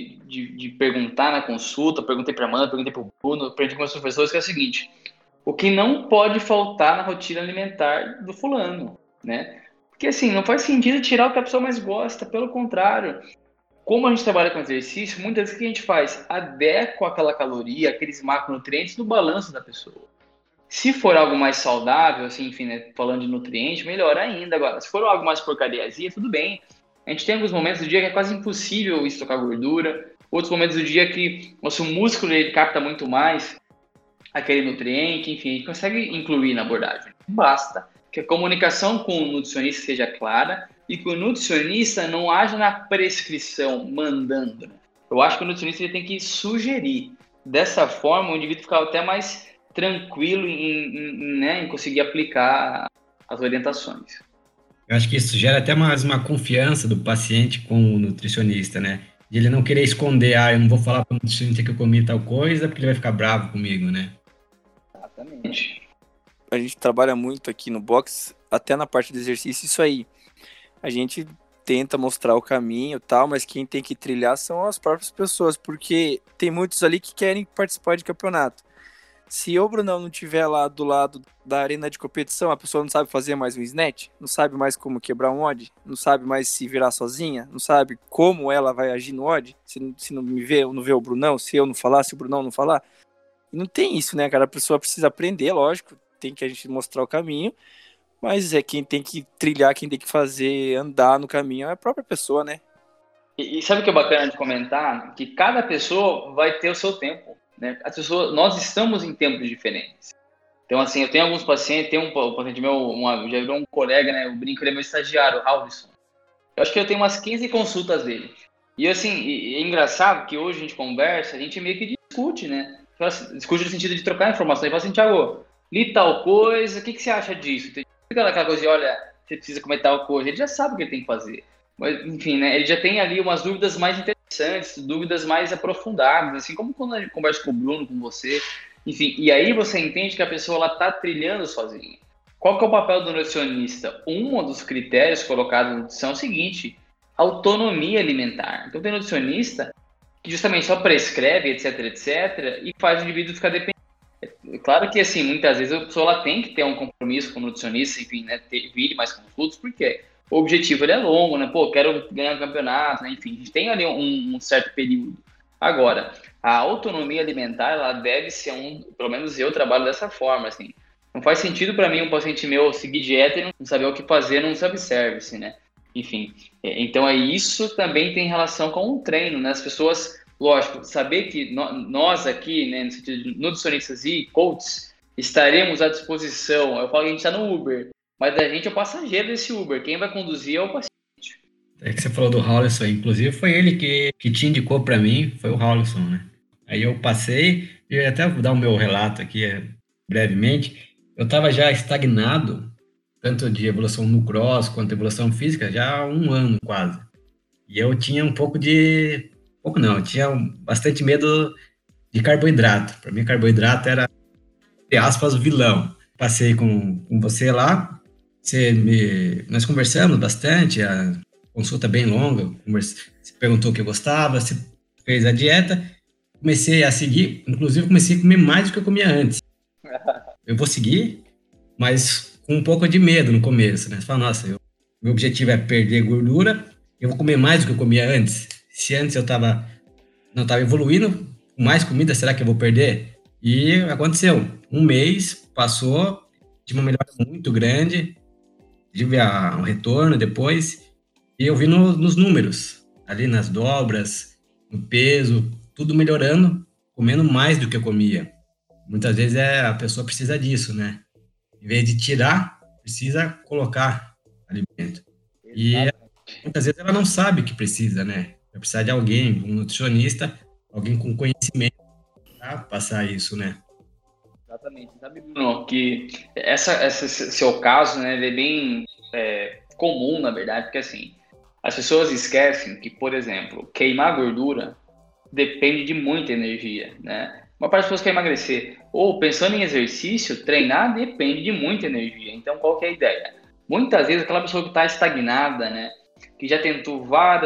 de perguntar na consulta, perguntei para a Amanda, perguntei para o Bruno, aprendi com meus professores, que é o seguinte: o que não pode faltar na rotina alimentar do fulano, né? Porque, assim, não faz sentido tirar o que a pessoa mais gosta, pelo contrário. Como a gente trabalha com exercício, muitas vezes o que a gente faz? Adequa aquela caloria, aqueles macronutrientes do balanço da pessoa. Se for algo mais saudável, assim, enfim, né, falando de nutriente, melhor ainda. Agora, se for algo mais porcariazinha, tudo bem. A gente tem alguns momentos do dia que é quase impossível estocar gordura. Outros momentos do dia que nosso músculo ele capta muito mais aquele nutriente. Enfim, a gente consegue incluir na abordagem. Basta que a comunicação com o nutricionista seja clara e que o nutricionista não haja na prescrição, mandando. Eu acho que o nutricionista ele tem que sugerir. Dessa forma, o indivíduo fica até mais tranquilo em conseguir aplicar as orientações. Eu acho que isso gera até mais uma confiança do paciente com o nutricionista, né? De ele não querer esconder, eu não vou falar para o nutricionista que eu comi tal coisa, porque ele vai ficar bravo comigo, né? Exatamente. A gente trabalha muito aqui no box, até na parte do exercício, isso aí. A gente tenta mostrar o caminho e tal, mas quem tem que trilhar são as próprias pessoas, porque tem muitos ali que querem participar de campeonato. Se o Brunão não estiver lá do lado da arena de competição, a pessoa não sabe fazer mais um snatch, não sabe mais como quebrar um odd, não sabe mais se virar sozinha, não sabe como ela vai agir no odd, se não me vê, não vê o Brunão, se eu não falar, se o Brunão não falar. Não tem isso, né, cara? A pessoa precisa aprender, lógico, tem que a gente mostrar o caminho, mas quem tem que trilhar, quem tem que fazer, andar no caminho é a própria pessoa, né? E sabe o que é bacana de comentar? Que cada pessoa vai ter o seu tempo, né? Nós estamos em tempos diferentes. Então, assim, eu tenho alguns pacientes, tem um paciente meu, já virou um colega, né? Eu brinco, ele é meu estagiário, o Halverson. Eu acho que eu tenho umas 15 consultas dele. E, assim, é engraçado que hoje a gente conversa, a gente meio que discute, né? Discute no sentido de trocar informações. Ele fala assim, Thiago, li tal coisa, o que você acha disso? Fica aquela coisa de, olha, você precisa comer tal coisa. Ele já sabe o que ele tem que fazer. Mas, enfim, né? Ele já tem ali umas dúvidas mais interessantes, dúvidas mais aprofundadas, assim como quando a gente conversa com o Bruno, com você. Enfim, e aí você entende que a pessoa está trilhando sozinha. Qual que é o papel do nutricionista? Um dos critérios colocados na nutrição é o seguinte: autonomia alimentar. Então tem nutricionista que justamente só prescreve, etc, etc, e faz o indivíduo ficar dependente. Claro que, assim, muitas vezes a pessoa ela tem que ter um compromisso com o nutricionista, enfim, né, vire mais consultas, porque o objetivo ele é longo, né? Pô, quero ganhar um campeonato, né? Enfim, a gente tem ali um certo período. Agora, a autonomia alimentar, ela deve ser pelo menos eu trabalho dessa forma, assim. Não faz sentido para mim um paciente meu seguir dieta e não saber o que fazer num self-service, né? Enfim, então isso também tem relação com o treino, né? As pessoas, lógico, saber que nós aqui, né, no sentido de nutricionistas e coaches, estaremos à disposição. Eu falo que a gente está no Uber, mas a gente é o passageiro desse Uber. Quem vai conduzir é o paciente. É que você falou do Hollister, inclusive foi ele que te indicou para mim, foi o Hollister, né? Aí eu passei, e até vou dar o meu relato aqui brevemente. Eu estava já estagnado, tanto de evolução no cross quanto evolução física, já há 1 ano quase. E eu tinha eu tinha bastante medo de carboidrato. Para mim, carboidrato era, entre aspas, vilão. Passei com você lá, nós conversamos bastante, a consulta bem longa, você perguntou o que eu gostava, você fez a dieta, comecei a seguir, inclusive comecei a comer mais do que eu comia antes. Eu vou seguir, mas com um pouco de medo no começo, né? Você fala, nossa, meu objetivo é perder gordura, eu vou comer mais do que eu comia antes. Se antes eu não estava evoluindo, com mais comida, será que eu vou perder? E aconteceu. 1 mês passou, tive uma melhora muito grande, tive um retorno depois, e eu vi nos números, ali nas dobras, no peso, tudo melhorando, comendo mais do que eu comia. Muitas vezes a pessoa precisa disso, né? Em vez de tirar, precisa colocar alimento. E muitas vezes ela não sabe que precisa, né? Vai precisar de alguém, um nutricionista, alguém com conhecimento para passar isso, né? Exatamente. Sabe, Bruno, que esse seu caso, né, ele é bem comum, na verdade, porque assim, as pessoas esquecem que, por exemplo, queimar gordura depende de muita energia, né? Uma parte das pessoas quer emagrecer. Ou, pensando em exercício, treinar depende de muita energia. Então, qual que é a ideia? Muitas vezes, aquela pessoa que está estagnada, né? Que já tentou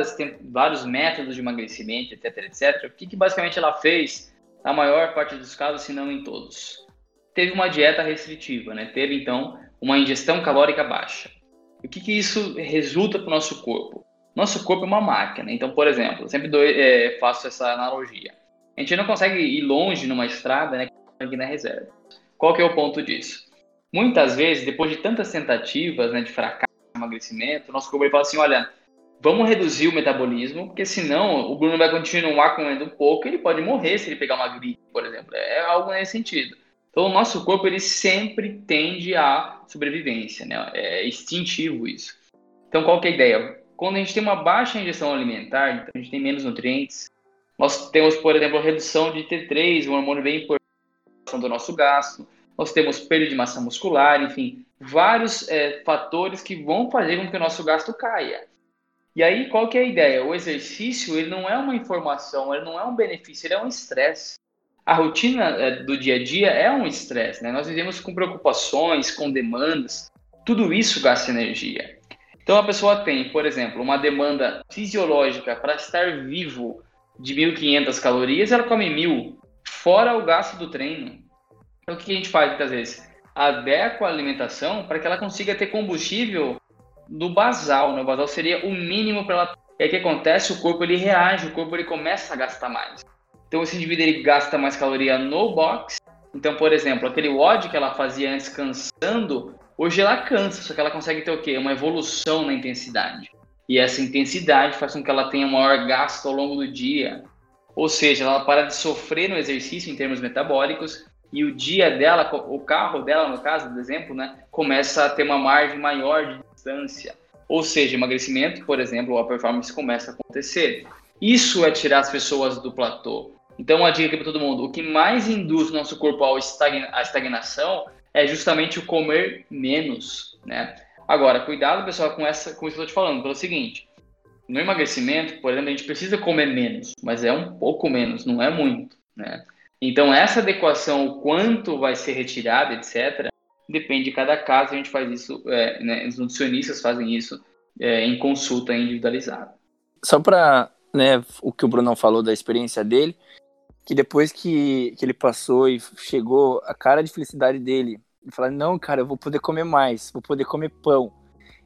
vários métodos de emagrecimento, etc, etc. O que basicamente ela fez, na maior parte dos casos, se não em todos? Teve uma dieta restritiva, né? Teve, então, uma ingestão calórica baixa. O que isso resulta para o nosso corpo? Nosso corpo é uma máquina. Então, por exemplo, eu sempre faço essa analogia. A gente não consegue ir longe numa estrada, né, na reserva. Qual que é o ponto disso? Muitas vezes, depois de tantas tentativas, né, de fracasso no emagrecimento, nosso corpo fala assim, olha, vamos reduzir o metabolismo, porque senão o Bruno vai continuar comendo um pouco e ele pode morrer se ele pegar uma gripe, por exemplo. É algo nesse sentido. Então, o nosso corpo, ele sempre tende à sobrevivência, né? É instintivo isso. Então, qual que é a ideia? Quando a gente tem uma baixa ingestão alimentar, então a gente tem menos nutrientes, nós temos, por exemplo, a redução de T3, um hormônio bem importante do nosso gasto, nós temos perda de massa muscular, enfim, vários fatores que vão fazer com que o nosso gasto caia. E aí, qual que é a ideia? O exercício, ele não é uma informação, ele não é um benefício, ele é um estresse. A rotina do dia a dia é um estresse, né? Nós vivemos com preocupações, com demandas, tudo isso gasta energia. Então, a pessoa tem, por exemplo, uma demanda fisiológica para estar vivo de 1.500 calorias, ela come 1.000, fora o gasto do treino. Então, o que a gente faz muitas vezes? Adequa a alimentação para que ela consiga ter combustível no basal, né? O basal seria o mínimo para ela. E aí o que acontece? O corpo ele reage, o corpo ele começa a gastar mais. Então, esse indivíduo ele gasta mais caloria no box. Então, por exemplo, aquele WOD que ela fazia antes cansando, hoje ela cansa, só que ela consegue ter o quê? Uma evolução na intensidade. E essa intensidade faz com que ela tenha maior gasto ao longo do dia. Ou seja, ela para de sofrer no exercício em termos metabólicos e o dia dela, o carro dela, no caso do exemplo, né, começa a ter uma margem maior de distância. Ou seja, emagrecimento, por exemplo, a performance começa a acontecer. Isso é tirar as pessoas do platô. Então, uma dica aqui para todo mundo: o que mais induz o nosso corpo à estagnação é justamente o comer menos, né? Agora, cuidado, pessoal, com isso que eu estou te falando, pelo seguinte: no emagrecimento, por exemplo, a gente precisa comer menos, mas é um pouco menos, não é muito, né? Então, essa adequação, o quanto vai ser retirado, etc., depende de cada caso. A gente faz isso, né, os nutricionistas fazem isso em consulta individualizada. Só para, né, o que o Brunão falou da experiência dele, que depois que ele passou e chegou, a cara de felicidade dele, ele falou, não, cara, eu vou poder comer mais, vou poder comer pão.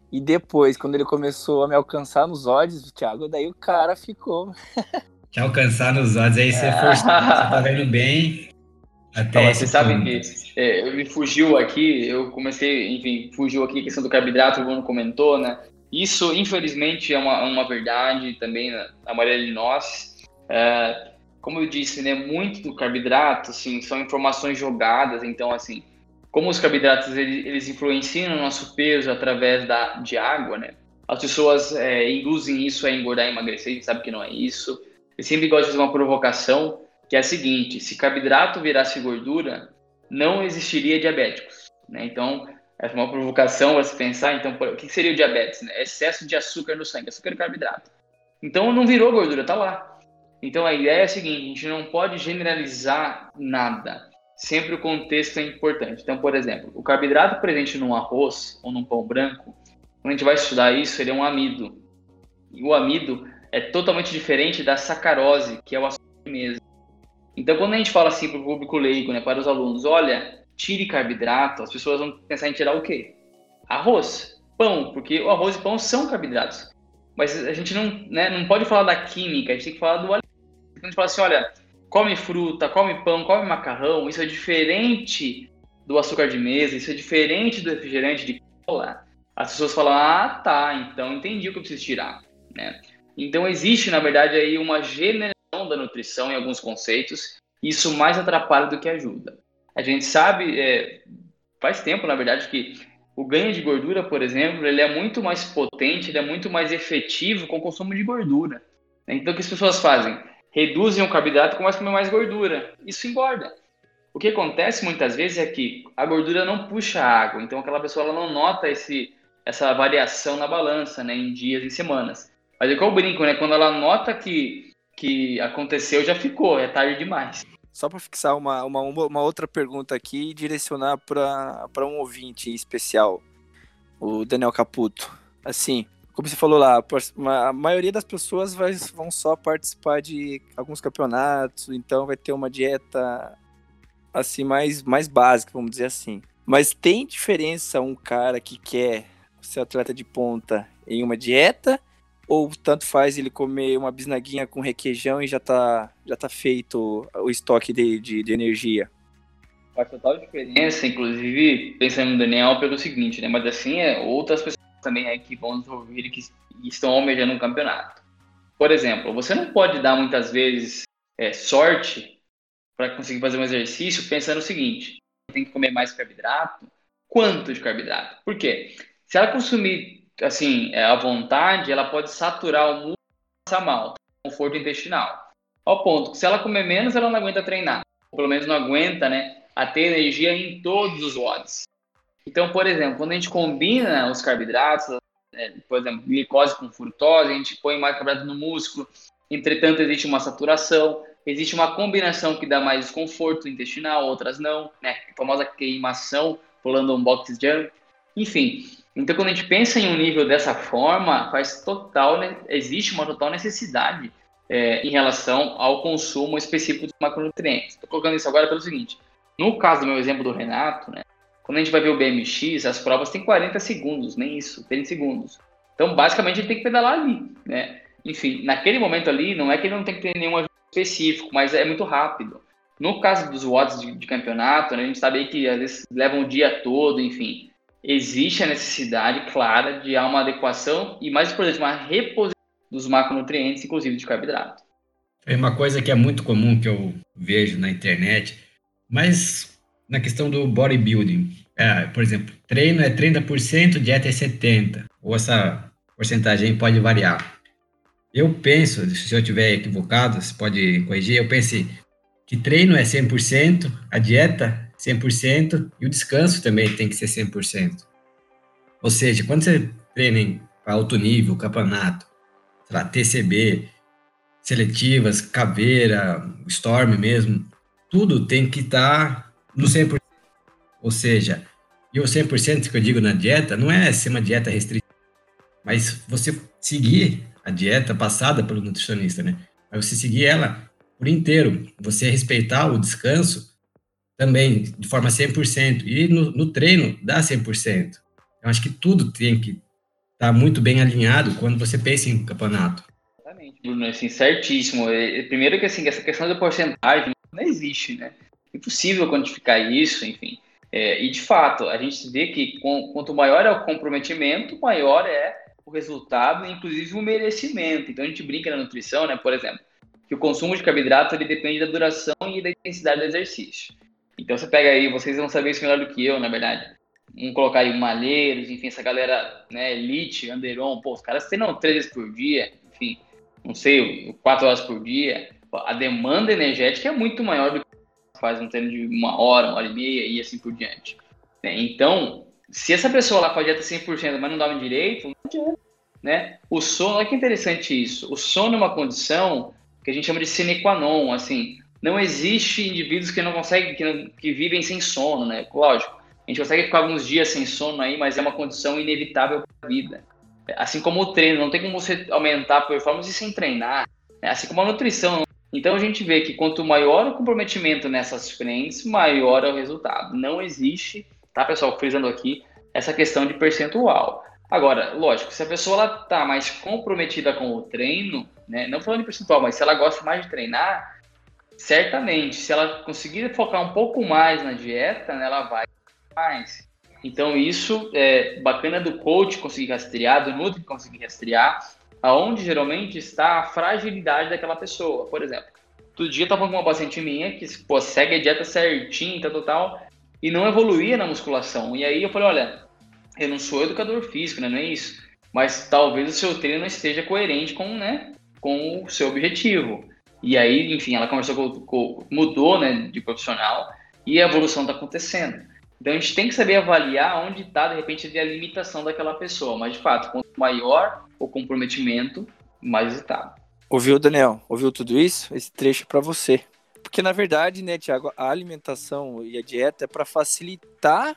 E depois, quando ele começou a me alcançar nos odds, Thiago, daí o cara ficou. Te alcançar nos odds, aí você forçou. Você tá vendo bem Não, até mas esse vocês sabem ponto. que me fugiu aqui, eu comecei, enfim, fugiu aqui a questão do carboidrato, o Bruno comentou, né? Isso, infelizmente, é uma verdade também na maioria de nós. Como eu disse, né, muito do carboidrato, assim, são informações jogadas, então, assim, como os carboidratos, eles influenciam no nosso peso através de água, né? As pessoas induzem isso a engordar e emagrecer, a gente sabe que não é isso. Eu sempre gosto de fazer uma provocação, que é a seguinte: se carboidrato virasse gordura, não existiria diabéticos, né? Então, essa é uma provocação a se pensar. Então, o que seria o diabetes, né? Excesso de açúcar no sangue, açúcar e carboidrato. Então, não virou gordura, tá lá. Então, a ideia é a seguinte: a gente não pode generalizar nada. Sempre o contexto é importante. Então, por exemplo, o carboidrato presente num arroz ou num pão branco, quando a gente vai estudar isso, ele é um amido. E o amido é totalmente diferente da sacarose, que é o açúcar de mesa. Então, quando a gente fala assim para o público leigo, né, para os alunos, olha, tire carboidrato, as pessoas vão pensar em tirar o quê? Arroz, pão, porque o arroz e pão são carboidratos. Mas a gente não pode falar da química, a gente tem que falar do alimento. Quando a gente fala assim, olha, come fruta, come pão, come macarrão, isso é diferente do açúcar de mesa, isso é diferente do refrigerante de cola. As pessoas falam, ah, tá, então entendi o que eu preciso tirar, né? Então existe, na verdade, aí uma generalização da nutrição em alguns conceitos, e isso mais atrapalha do que ajuda. A gente sabe, faz tempo, na verdade, que o ganho de gordura, por exemplo, ele é muito mais potente, ele é muito mais efetivo com o consumo de gordura. Então, o que as pessoas fazem? Reduzem o carboidrato e começam a comer mais gordura. Isso engorda. O que acontece muitas vezes é que a gordura não puxa água, então aquela pessoa ela não nota essa variação na balança, né, em dias, em semanas. Mas é que eu brinco, né, quando ela nota que aconteceu, já ficou, é tarde demais. Só para fixar uma outra pergunta aqui e direcionar para um ouvinte especial, o Daniel Caputo. Assim, como você falou lá, a maioria das pessoas vão só participar de alguns campeonatos, então vai ter uma dieta assim mais básica, vamos dizer assim. Mas tem diferença um cara que quer ser atleta de ponta em uma dieta? Ou tanto faz ele comer uma bisnaguinha com requeijão e já tá feito o estoque de energia? Faz total diferença, inclusive, pensando no Daniel, pelo seguinte, né? Mas assim, outras pessoas também aí que vão nos ouvir e que estão almejando um campeonato. Por exemplo, você não pode dar muitas vezes sorte para conseguir fazer um exercício pensando o seguinte: tem que comer mais carboidrato. Quanto de carboidrato? Por quê? Se ela consumir assim, à vontade, ela pode saturar o músculo e passar mal, conforto intestinal. Ao ponto que se ela comer menos, ela não aguenta treinar. Ou pelo menos não aguenta, né, a ter energia em todos os odds. Então, por exemplo, quando a gente combina os carboidratos, por exemplo, glicose com frutose, a gente põe mais carboidrato no músculo. Entretanto, existe uma saturação, existe uma combinação que dá mais desconforto intestinal, outras não, né? A famosa queimação, pulando um box jump. Enfim, então quando a gente pensa em um nível dessa forma, existe uma total necessidade em relação ao consumo específico de macronutrientes. Estou colocando isso agora pelo seguinte: no caso do meu exemplo do Renato, né, quando a gente vai ver o BMX, as provas têm 40 segundos, nem isso, 30 segundos. Então, basicamente, ele tem que pedalar ali, né? Enfim, naquele momento ali, não é que ele não tem que ter nenhum ajuste específico, mas é muito rápido. No caso dos watts de campeonato, né, a gente sabe aí que às vezes levam o dia todo, enfim. Existe a necessidade clara de uma adequação e, mais importante, uma reposição dos macronutrientes, inclusive de carboidrato. É uma coisa que é muito comum que eu vejo na internet, mas na questão do bodybuilding, por exemplo, treino é 30%, dieta é 70%, ou essa porcentagem pode variar. Eu penso, se eu estiver equivocado, você pode corrigir, eu pensei que treino é 100%, a dieta 100% e o descanso também tem que ser 100%. Ou seja, quando você treina em alto nível, campeonato, sei lá, TCB, seletivas, caveira, storm mesmo, tudo tem que estar no 100%. Ou seja, e o 100% que eu digo na dieta não é ser uma dieta restritiva, mas você seguir a dieta passada pelo nutricionista, né? Mas você seguir ela por inteiro, você respeitar o descanso também de forma 100%, e no treino dá 100%. Eu acho que tudo tem que tá muito bem alinhado quando você pensa em campeonato. Exatamente, Bruno, assim, certíssimo. Primeiro que, assim, essa questão da porcentagem não existe, né? Impossível quantificar isso, enfim. E, de fato, a gente vê que quanto maior é o comprometimento, maior é o resultado, inclusive o merecimento. Então, a gente brinca na nutrição, né? Por exemplo, que o consumo de carboidrato, ele depende da duração e da intensidade do exercício. Então, você pega aí, vocês vão saber isso melhor do que eu, na verdade. Vamos colocar aí o Malheiros, enfim, essa galera, né, Elite, Anderon, pô, os caras treinam 3 vezes por dia, enfim, não sei, 4 horas por dia. A demanda energética é muito maior do que faz um treino de 1 hora e meia e assim por diante. Então, se essa pessoa lá faz dieta 100%, mas não dorme direito, não adianta, né? O sono, olha que interessante isso. O sono é uma condição que a gente chama de sine qua non, assim, não existe indivíduos que não conseguem, que vivem sem sono, né? Lógico, a gente consegue ficar alguns dias sem sono aí, mas é uma condição inevitável para a vida. Assim como o treino, não tem como você aumentar a performance sem treinar, né? Assim como a nutrição. Então a gente vê que quanto maior o comprometimento nessas frentes, maior é o resultado. Não existe, tá, pessoal, frisando aqui, essa questão de percentual. Agora, lógico, se a pessoa está mais comprometida com o treino, né, não falando de percentual, mas se ela gosta mais de treinar, certamente, se ela conseguir focar um pouco mais na dieta, né, ela vai mais. Então, isso é bacana do coach conseguir rastrear, do Nutri conseguir rastrear, aonde geralmente está a fragilidade daquela pessoa. Por exemplo, todo dia eu estava com uma paciente minha que segue a dieta certinho, tal, e não evoluía na musculação. E aí eu falei, olha, eu não sou educador físico, né, não é isso, mas talvez o seu treino não esteja coerente com, né, com o seu objetivo. E aí, enfim, ela conversou mudou, né, de profissional e a evolução está acontecendo. Então, a gente tem que saber avaliar onde está, de repente, a limitação daquela pessoa. Mas, de fato, quanto maior o comprometimento, mais resultado. Ouviu, Daniel? Ouviu tudo isso? Esse trecho é para você. Porque, na verdade, né, Thiago, a alimentação e a dieta é para facilitar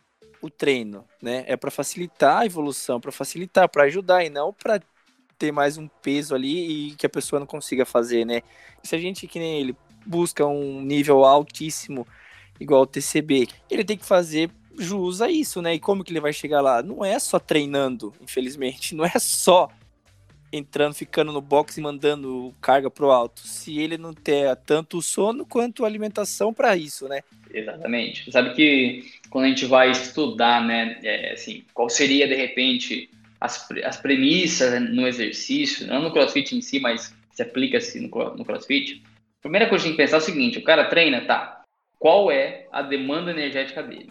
o treino, né? É para facilitar a evolução, para facilitar, para ajudar e não para ter mais um peso ali e que a pessoa não consiga fazer, né? Se a gente, que nem ele, busca um nível altíssimo igual o TCB, ele tem que fazer jus a isso, né? E como que ele vai chegar lá? Não é só treinando, infelizmente, não é só entrando, ficando no box e mandando carga pro alto, se ele não ter tanto o sono quanto a alimentação para isso, né? Exatamente. Sabe que quando a gente vai estudar, né, assim, qual seria, de repente, as premissas no exercício, não no CrossFit em si, mas se aplica-se no CrossFit, a primeira coisa que a gente tem que pensar é o seguinte, o cara treina, tá? Qual é a demanda energética dele?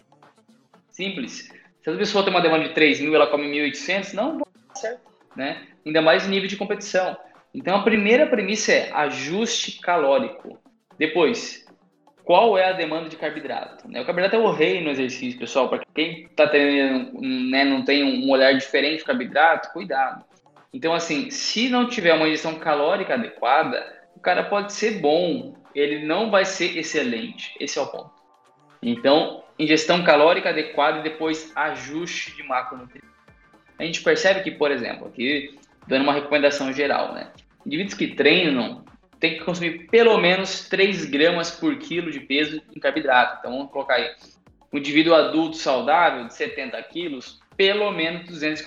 Simples. Se a pessoa tem uma demanda de 3.000 e ela come 1.800, não vai dar certo, né? Ainda mais em nível de competição. Então, a primeira premissa é ajuste calórico. Depois, qual é a demanda de carboidrato? O carboidrato é o rei no exercício, pessoal. Para quem está treinando, né, não tem um olhar diferente do carboidrato, cuidado. Então, assim, se não tiver uma ingestão calórica adequada, o cara pode ser bom, ele não vai ser excelente. Esse é o ponto. Então, ingestão calórica adequada e depois ajuste de macronutrientes. A gente percebe que, por exemplo, aqui dando uma recomendação geral, né? Indivíduos que treinam têm que consumir pelo menos 3 gramas por quilo de peso em carboidrato. Então, vamos colocar aí. Um indivíduo adulto saudável de 70 quilos, pelo menos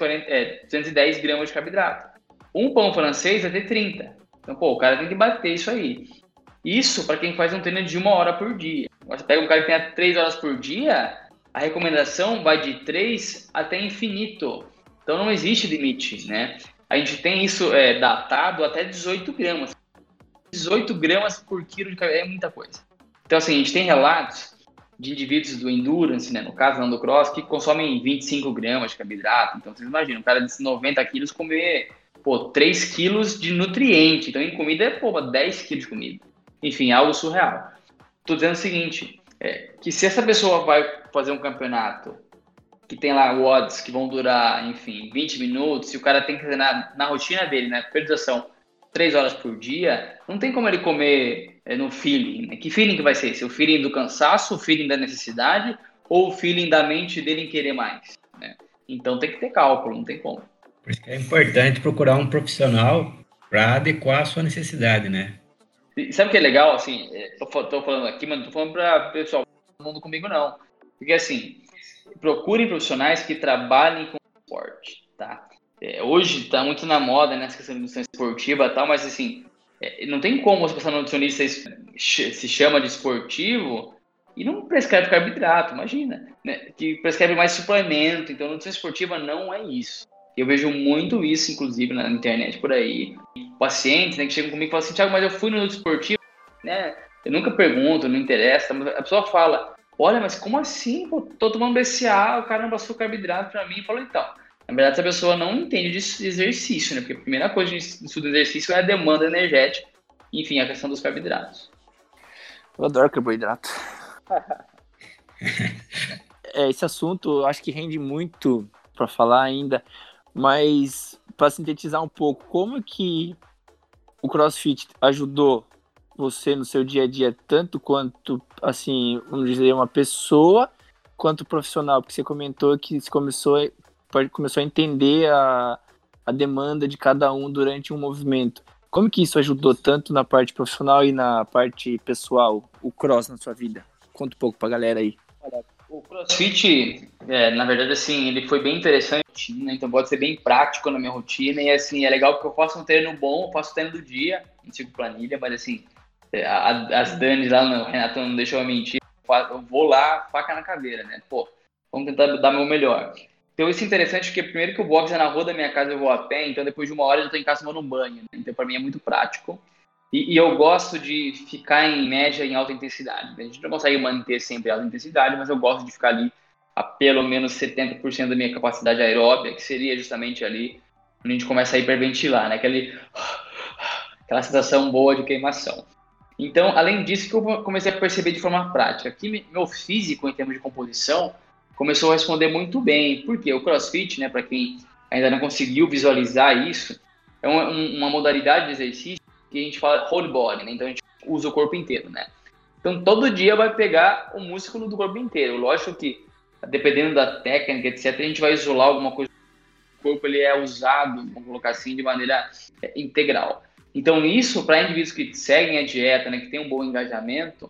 210 gramas de carboidrato. Um pão francês vai ter 30. Então, o cara tem que bater isso aí. Isso para quem faz um treino de 1 hora por dia. Você pega um cara que tem 3 horas por dia, a recomendação vai de 3 até infinito. Então não existe limite, né? A gente tem isso datado até 18 gramas. 18 gramas por quilo de carboidrato é muita coisa. Então, assim, a gente tem relatos de indivíduos do Endurance, né, no caso não do Cross, que consomem 25 gramas de carboidrato. Então, vocês imaginam, um cara de 90 quilos comer 3 quilos de nutriente. Então, em comida é 10 quilos de comida. Enfim, algo surreal. Estou dizendo o seguinte, que se essa pessoa vai fazer um campeonato que tem lá WODs que vão durar, enfim, 20 minutos, e o cara tem que treinar na rotina dele, né, periodização, 3 horas por dia, não tem como ele comer no feeling, né? Que feeling que vai ser esse? O feeling do cansaço, o feeling da necessidade, ou o feeling da mente dele em querer mais, né? Então tem que ter cálculo, não tem como. Por isso que é importante procurar um profissional para adequar a sua necessidade, né? E sabe o que é legal, assim, tô falando aqui, mas não tô falando para pessoal, todo mundo comigo não. Porque assim, procurem profissionais que trabalhem com esporte, tá? Hoje tá muito na moda, né, essa questão de nutrição esportiva e tal, mas assim, não tem como você passar no nutricionista se chama de esportivo e não prescreve carboidrato, imagina, né? Que prescreve mais suplemento, então nutrição esportiva não é isso. Eu vejo muito isso, inclusive, na internet por aí. Pacientes, né, que chegam comigo e falam assim, Thiago, mas eu fui no nutricionista esportivo, né? Eu nunca pergunto, não interessa, mas a pessoa fala, olha, mas como assim? Pô, tô tomando BCA, o cara não passou carboidrato pra mim. Eu falo, então, na verdade, essa pessoa não entende de exercício, né? Porque a primeira coisa de estudo de exercício é a demanda energética, enfim, a questão dos carboidratos. Eu adoro carboidrato. Esse assunto eu acho que rende muito para falar ainda, mas para sintetizar um pouco, como que o CrossFit ajudou você no seu dia a dia, tanto quanto, assim, vamos dizer, uma pessoa, quanto profissional? Porque você comentou que você começou a entender a demanda de cada um durante um movimento. Como que isso ajudou tanto na parte profissional e na parte pessoal, o cross na sua vida? Conta um pouco pra galera aí. O CrossFit, na verdade, assim, ele foi bem interessante, né? Então pode ser bem prático na minha rotina e, assim, é legal porque eu faço um treino bom, eu faço treino do dia, não sigo planilha, mas, assim, as Danis lá, o Renato não deixou eu mentir, eu vou lá, faca na caveira, né? Pô, vamos tentar dar meu melhor. Então isso é interessante porque primeiro que o box é na rua da minha casa, eu vou a pé, então depois de 1 hora eu já tô em casa tomando um banho, né? Então para mim é muito prático. E eu gosto de ficar em média em alta intensidade. A gente não consegue manter sempre alta intensidade, mas eu gosto de ficar ali a pelo menos 70% da minha capacidade aeróbica, que seria justamente ali onde a gente começa a hiperventilar, né? Aquela sensação boa de queimação. Então, além disso, que eu comecei a perceber de forma prática, que meu físico, em termos de composição, começou a responder muito bem. Porque o CrossFit, né, para quem ainda não conseguiu visualizar isso, é uma modalidade de exercício que a gente fala whole body, né? Então a gente usa o corpo inteiro, né? Então todo dia vai pegar o músculo do corpo inteiro. Lógico que, dependendo da técnica, etc., a gente vai isolar alguma coisa. O corpo ele é usado, vamos colocar assim, de maneira integral. Então isso, para indivíduos que seguem a dieta, né, que tem um bom engajamento,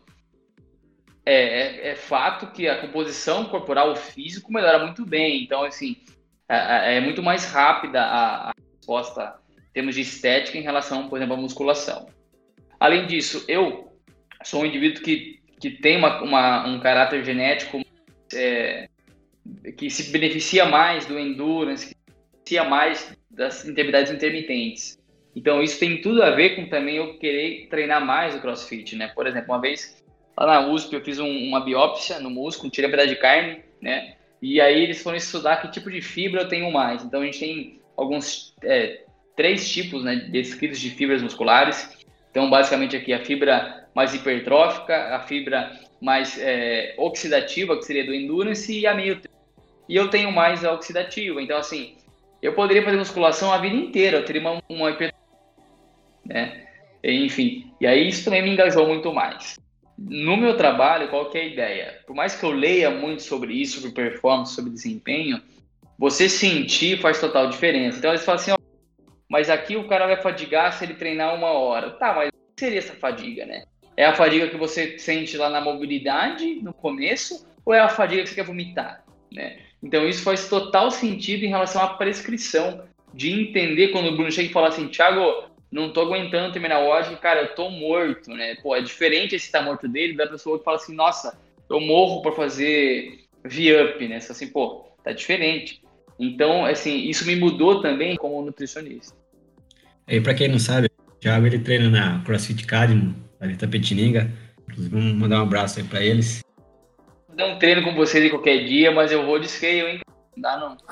é fato que a composição corporal, o físico, melhora muito bem. Então, assim, é muito mais rápida a resposta em termos de estética em relação, por exemplo, à musculação. Além disso, eu sou um indivíduo que tem um caráter genético que se beneficia mais do endurance, que se beneficia mais das atividades intermitentes. Então, isso tem tudo a ver com também eu querer treinar mais o CrossFit, né? Por exemplo, uma vez lá na USP eu fiz uma biópsia no músculo, tirei um pedaço de carne, né? E aí eles foram estudar que tipo de fibra eu tenho mais. Então, a gente tem alguns 3 tipos, né, descritos de fibras musculares. Então, basicamente aqui a fibra mais hipertrófica, a fibra mais oxidativa, que seria do endurance, e a meio. E eu tenho mais a oxidativa. Então, assim, eu poderia fazer musculação a vida inteira, eu teria uma hipertrofia, né? Enfim, e aí isso também me engajou muito mais. No meu trabalho, qual que é a ideia? Por mais que eu leia muito sobre isso, sobre performance, sobre desempenho, você sentir faz total diferença. Então, eles falam assim, mas aqui o cara vai fadigar se ele treinar 1 hora. Tá, mas o que seria essa fadiga, né? É a fadiga que você sente lá na mobilidade, no começo, ou é a fadiga que você quer vomitar, né? Então isso faz total sentido em relação à prescrição, de entender quando o Bruno chega e fala assim, Thiago, não tô aguentando terminar hoje, cara, eu tô morto, né? Pô, é diferente esse tá morto dele da pessoa que fala assim, nossa, eu morro pra fazer V-up, né? Assim, pô, tá diferente. Então, assim, isso me mudou também como nutricionista. E para quem não sabe, o Thiago ele treina na CrossFit Academy, ali em Itapetininga. Inclusive, vamos mandar um abraço aí para eles. Vou dar um treino com vocês aí qualquer dia, mas eu vou de scale, hein? Não dá não.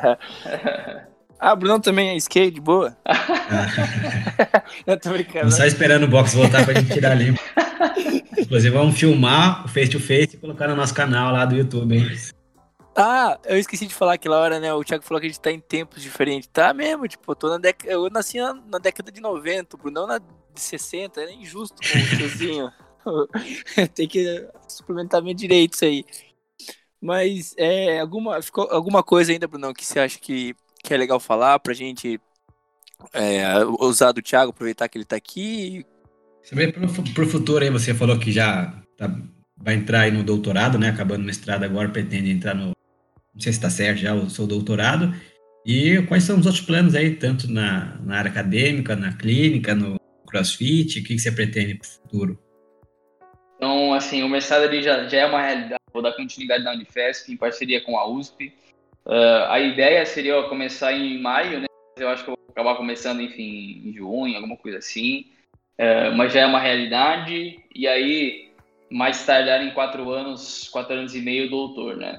O Bruno também é skate, boa. Eu tô brincando. Vamos só esperando o box voltar pra gente tirar limpo. Inclusive, vamos filmar o face-to-face e colocar no nosso canal lá do YouTube, hein? Eu esqueci de falar aquela hora, né? O Thiago falou que a gente tá em tempos diferentes. Tá mesmo, tipo, eu nasci na década de 90, o Brunão na de 60, era injusto com o tiozinho. Tem que suplementar meu direito isso aí. Mas ficou alguma coisa ainda, Brunão, que você acha que é legal falar pra gente usar do Thiago, aproveitar que ele tá aqui? Sobre pro futuro aí, você falou que já vai entrar aí no doutorado, né? Acabando o mestrado agora, pretende entrar no... Não sei se tá certo já o seu doutorado. E quais são os outros planos aí, tanto na área acadêmica, na clínica, no CrossFit? O que você pretende para o futuro? Então, assim, o mestrado ali já é uma realidade. Vou dar continuidade na Unifesp, em parceria com a USP. A ideia seria começar em maio, né? Eu acho que eu vou acabar começando, enfim, em junho, alguma coisa assim. Mas já é uma realidade. E aí, mais tardar em 4 anos e meio, doutor, né?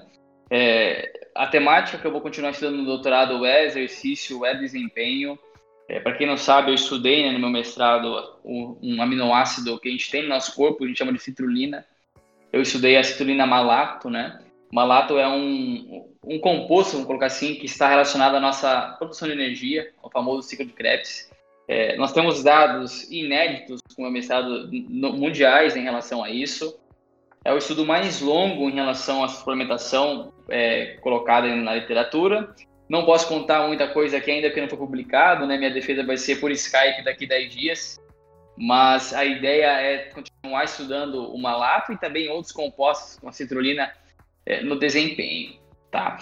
A temática que eu vou continuar estudando no doutorado é exercício, é desempenho. Para quem não sabe, eu estudei, né, no meu mestrado um aminoácido que a gente tem no nosso corpo, a gente chama de citrulina. Eu estudei a citrulina malato, né? Malato é um composto, vamos colocar assim, que está relacionado à nossa produção de energia, o famoso ciclo de Krebs. Nós temos dados inéditos com o mestrado mundiais em relação a isso. É o estudo mais longo em relação à suplementação colocada na literatura. Não posso contar muita coisa aqui ainda porque não foi publicado, né? Minha defesa vai ser por Skype daqui 10 dias. Mas a ideia é continuar estudando o malato e também outros compostos com a citrulina no desempenho, tá?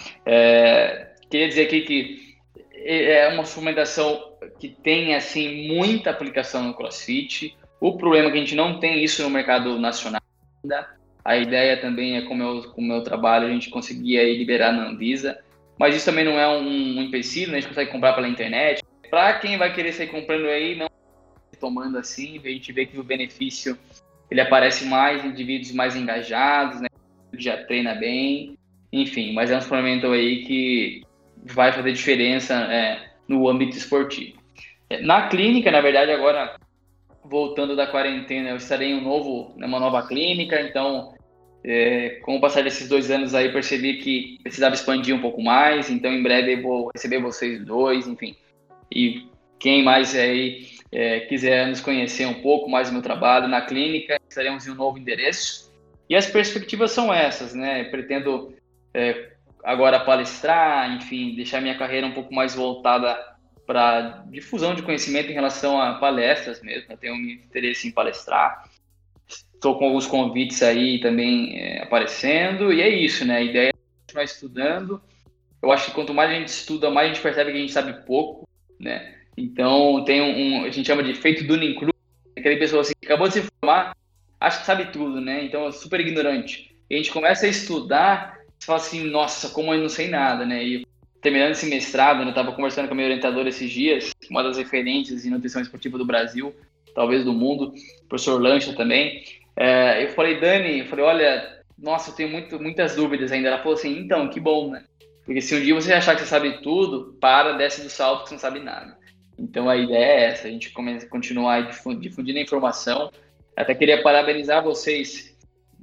Queria dizer aqui que é uma suplementação que tem, assim, muita aplicação no CrossFit. O problema é que a gente não tem isso no mercado nacional ainda. A ideia também é, com o meu trabalho, a gente conseguir aí liberar na Anvisa. Mas isso também não é um empecilho, né? A gente consegue comprar pela internet. Para quem vai querer sair comprando aí, não tomando assim, a gente vê que o benefício ele aparece mais em indivíduos mais engajados, né? Que já treina bem, enfim. Mas é um suplemento aí que vai fazer diferença no âmbito esportivo. Na clínica, na verdade, agora voltando da quarentena, eu estarei em uma nova clínica, então com o passar desses 2 anos aí, percebi que precisava expandir um pouco mais, então em breve eu vou receber vocês dois, enfim. E quem mais aí quiser nos conhecer um pouco mais do meu trabalho na clínica, estaremos em um novo endereço. E as perspectivas são essas, né? Pretendo agora palestrar, enfim, deixar minha carreira um pouco mais voltada para difusão de conhecimento em relação a palestras mesmo. Eu tenho um interesse em palestrar. Estou com alguns convites aí também aparecendo. E é isso, né? A ideia é continuar estudando. Eu acho que quanto mais a gente estuda, mais a gente percebe que a gente sabe pouco, né? Então, tem a gente chama de efeito Dunning-Kruger, aquela pessoa assim, que acabou de se formar, acha que sabe tudo, né? Então, é super ignorante. E a gente começa a estudar, você fala assim, nossa, como eu não sei nada, né? E terminando esse mestrado, né, eu estava conversando com a minha orientadora esses dias, uma das referências em nutrição esportiva do Brasil, talvez do mundo, o professor Lancha também. Eu falei, Dani, olha, nossa, eu tenho muitas dúvidas ainda. Ela falou assim, então, que bom, né? Porque se um dia você achar que você sabe tudo, desce do salto que você não sabe nada. Então a ideia é essa, a gente continuar difundindo a informação. Até queria parabenizar vocês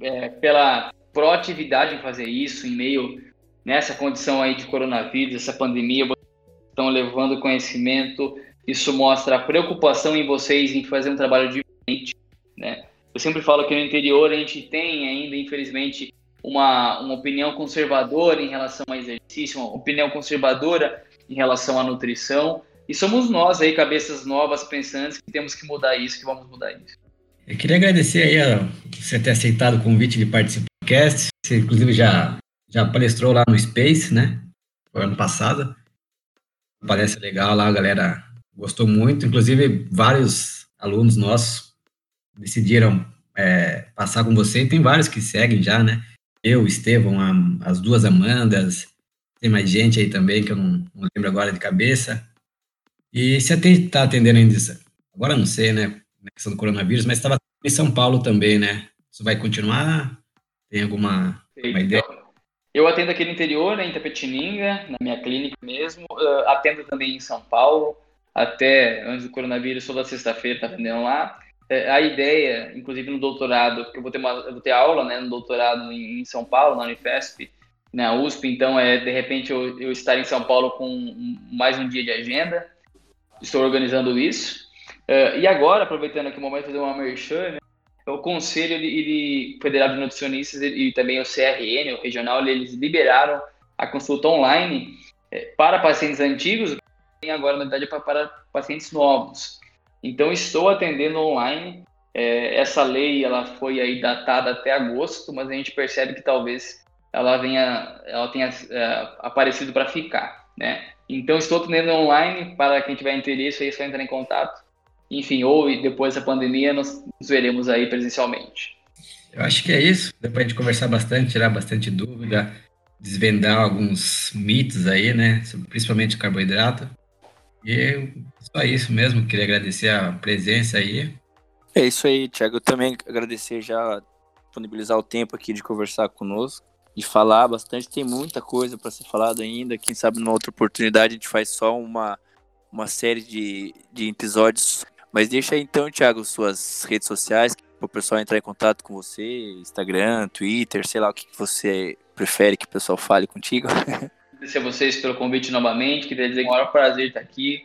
pela proatividade em fazer isso, em meio nessa condição aí de coronavírus, essa pandemia, vocês estão levando conhecimento. Isso mostra a preocupação em vocês em fazer um trabalho diferente, né? Eu sempre falo que no interior a gente tem ainda, infelizmente, uma opinião conservadora em relação ao exercício, uma opinião conservadora em relação à nutrição, e somos nós aí, cabeças novas, pensantes, que temos que mudar isso, que vamos mudar isso. Eu queria agradecer aí você ter aceitado o convite de participar do podcast. Você, inclusive, já palestrou lá no Space, né? Foi ano passado. Uma palestra legal lá, a galera gostou muito. Inclusive, vários alunos nossos decidiram passar com você. E tem vários que seguem já, né? Eu, Estevão, as duas Amandas, tem mais gente aí também que eu não lembro agora de cabeça. E você está atendendo ainda isso? Agora não sei, né? Na questão do coronavírus, mas estava em São Paulo também, né? Isso vai continuar? Tem alguma ideia? Eu atendo aqui no interior, né, em Itapetininga, na minha clínica mesmo. Atendo também em São Paulo, até antes do coronavírus, toda sexta-feira está atendendo lá. A ideia, inclusive no doutorado, porque eu vou ter aula, né, no doutorado em São Paulo, na Unifesp, na USP, então de repente eu estar em São Paulo com mais um dia de agenda. Estou organizando isso. E agora, aproveitando aqui o momento, fazer uma merchan, né? O Conselho Federal de Nutricionistas e também o CRN, o regional, eles liberaram a consulta online para pacientes antigos e agora, na verdade, para pacientes novos. Então, estou atendendo online. Essa lei ela foi aí datada até agosto, mas a gente percebe que talvez ela tenha aparecido para ficar. né? Então, estou atendendo online, para quem tiver interesse, é só entrar em contato. Enfim, ou depois da pandemia, nós nos veremos aí presencialmente. Eu acho que é isso. Dá pra gente conversar bastante, tirar bastante dúvida, desvendar alguns mitos aí, né? Principalmente o carboidrato. E só isso mesmo. Queria agradecer a presença aí. É isso aí, Thiago. Eu também agradecer já disponibilizar o tempo aqui de conversar conosco, de falar bastante. Tem muita coisa para ser falado ainda. Quem sabe numa outra oportunidade a gente faz só uma série de episódios. Mas deixa aí então, Thiago, suas redes sociais, para o pessoal entrar em contato com você, Instagram, Twitter, sei lá o que você prefere que o pessoal fale contigo. Agradecer a vocês pelo convite novamente, queria dizer que é um maior prazer estar aqui.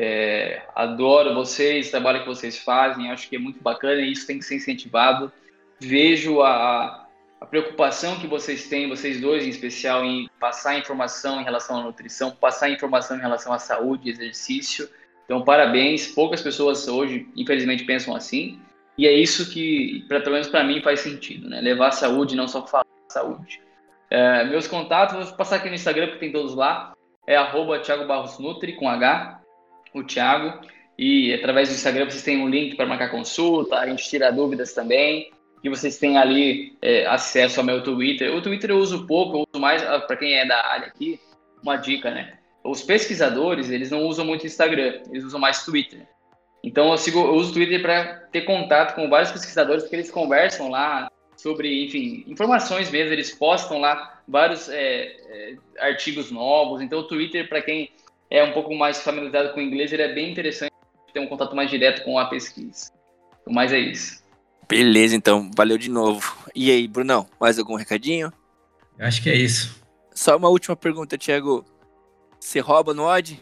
Adoro vocês, o trabalho que vocês fazem, acho que é muito bacana e isso tem que ser incentivado. Vejo a preocupação que vocês têm, vocês dois em especial, em passar informação em relação à nutrição, passar informação em relação à saúde, exercício. Então, parabéns. Poucas pessoas hoje, infelizmente, pensam assim. E é isso que, pelo menos para mim, faz sentido, né? Levar a saúde, não só falar saúde. Meus contatos, vou passar aqui no Instagram, porque tem todos lá. É @Thiago Barros Nutri, com H, o Thiago. E através do Instagram vocês têm um link para marcar consulta, a gente tira dúvidas também. E vocês têm ali acesso ao meu Twitter. O Twitter eu uso pouco, eu uso mais, para quem é da área aqui, uma dica, né? Os pesquisadores, eles não usam muito Instagram, eles usam mais Twitter. Então eu uso o Twitter para ter contato com vários pesquisadores, porque eles conversam lá sobre, enfim, informações mesmo, eles postam lá vários artigos novos. Então o Twitter, para quem é um pouco mais familiarizado com o inglês, ele é bem interessante ter um contato mais direto com a pesquisa. Mas é isso. Beleza, então, valeu de novo. E aí, Brunão, mais algum recadinho? Eu acho que é isso. Só uma última pergunta, Thiago. Você rouba no odd?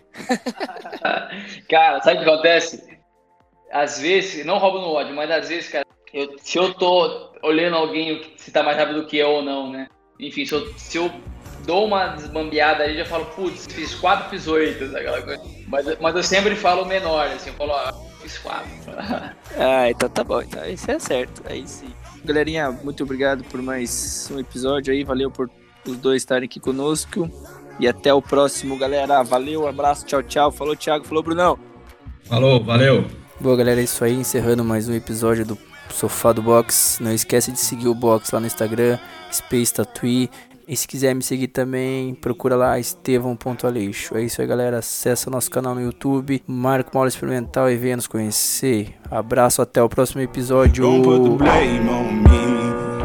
Cara, sabe o que acontece? Às vezes, não roubo no odd, mas às vezes, cara, se eu tô olhando alguém se tá mais rápido que eu ou não, né? Enfim, se eu dou uma desbambeada ali, já falo, putz, fiz 4, fiz 8, aquela coisa. Mas eu sempre falo menor, assim, eu falo, fiz 4. Então tá bom, então isso é certo, aí sim. Galerinha, muito obrigado por mais um episódio aí, valeu por os dois estarem aqui conosco. E até o próximo, galera. Valeu, abraço, tchau, tchau. Falou, Thiago. Falou, Brunão. Falou, valeu. Boa, galera, é isso aí. Encerrando mais um episódio do Sofá do Box. Não esquece de seguir o Box lá no Instagram, Space Tattoo. E se quiser me seguir também, procura lá Estevão.aleixo. É isso aí, galera. Acessa nosso canal no YouTube, marca uma aula experimental e venha nos conhecer. Abraço, até o próximo episódio. Don't put the blame on me.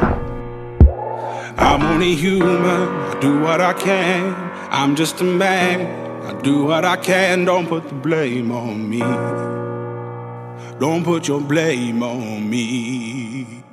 I'm only human, I do what I can. I'm just a man, I do what I can. Don't put the blame on me. Don't put your blame on me.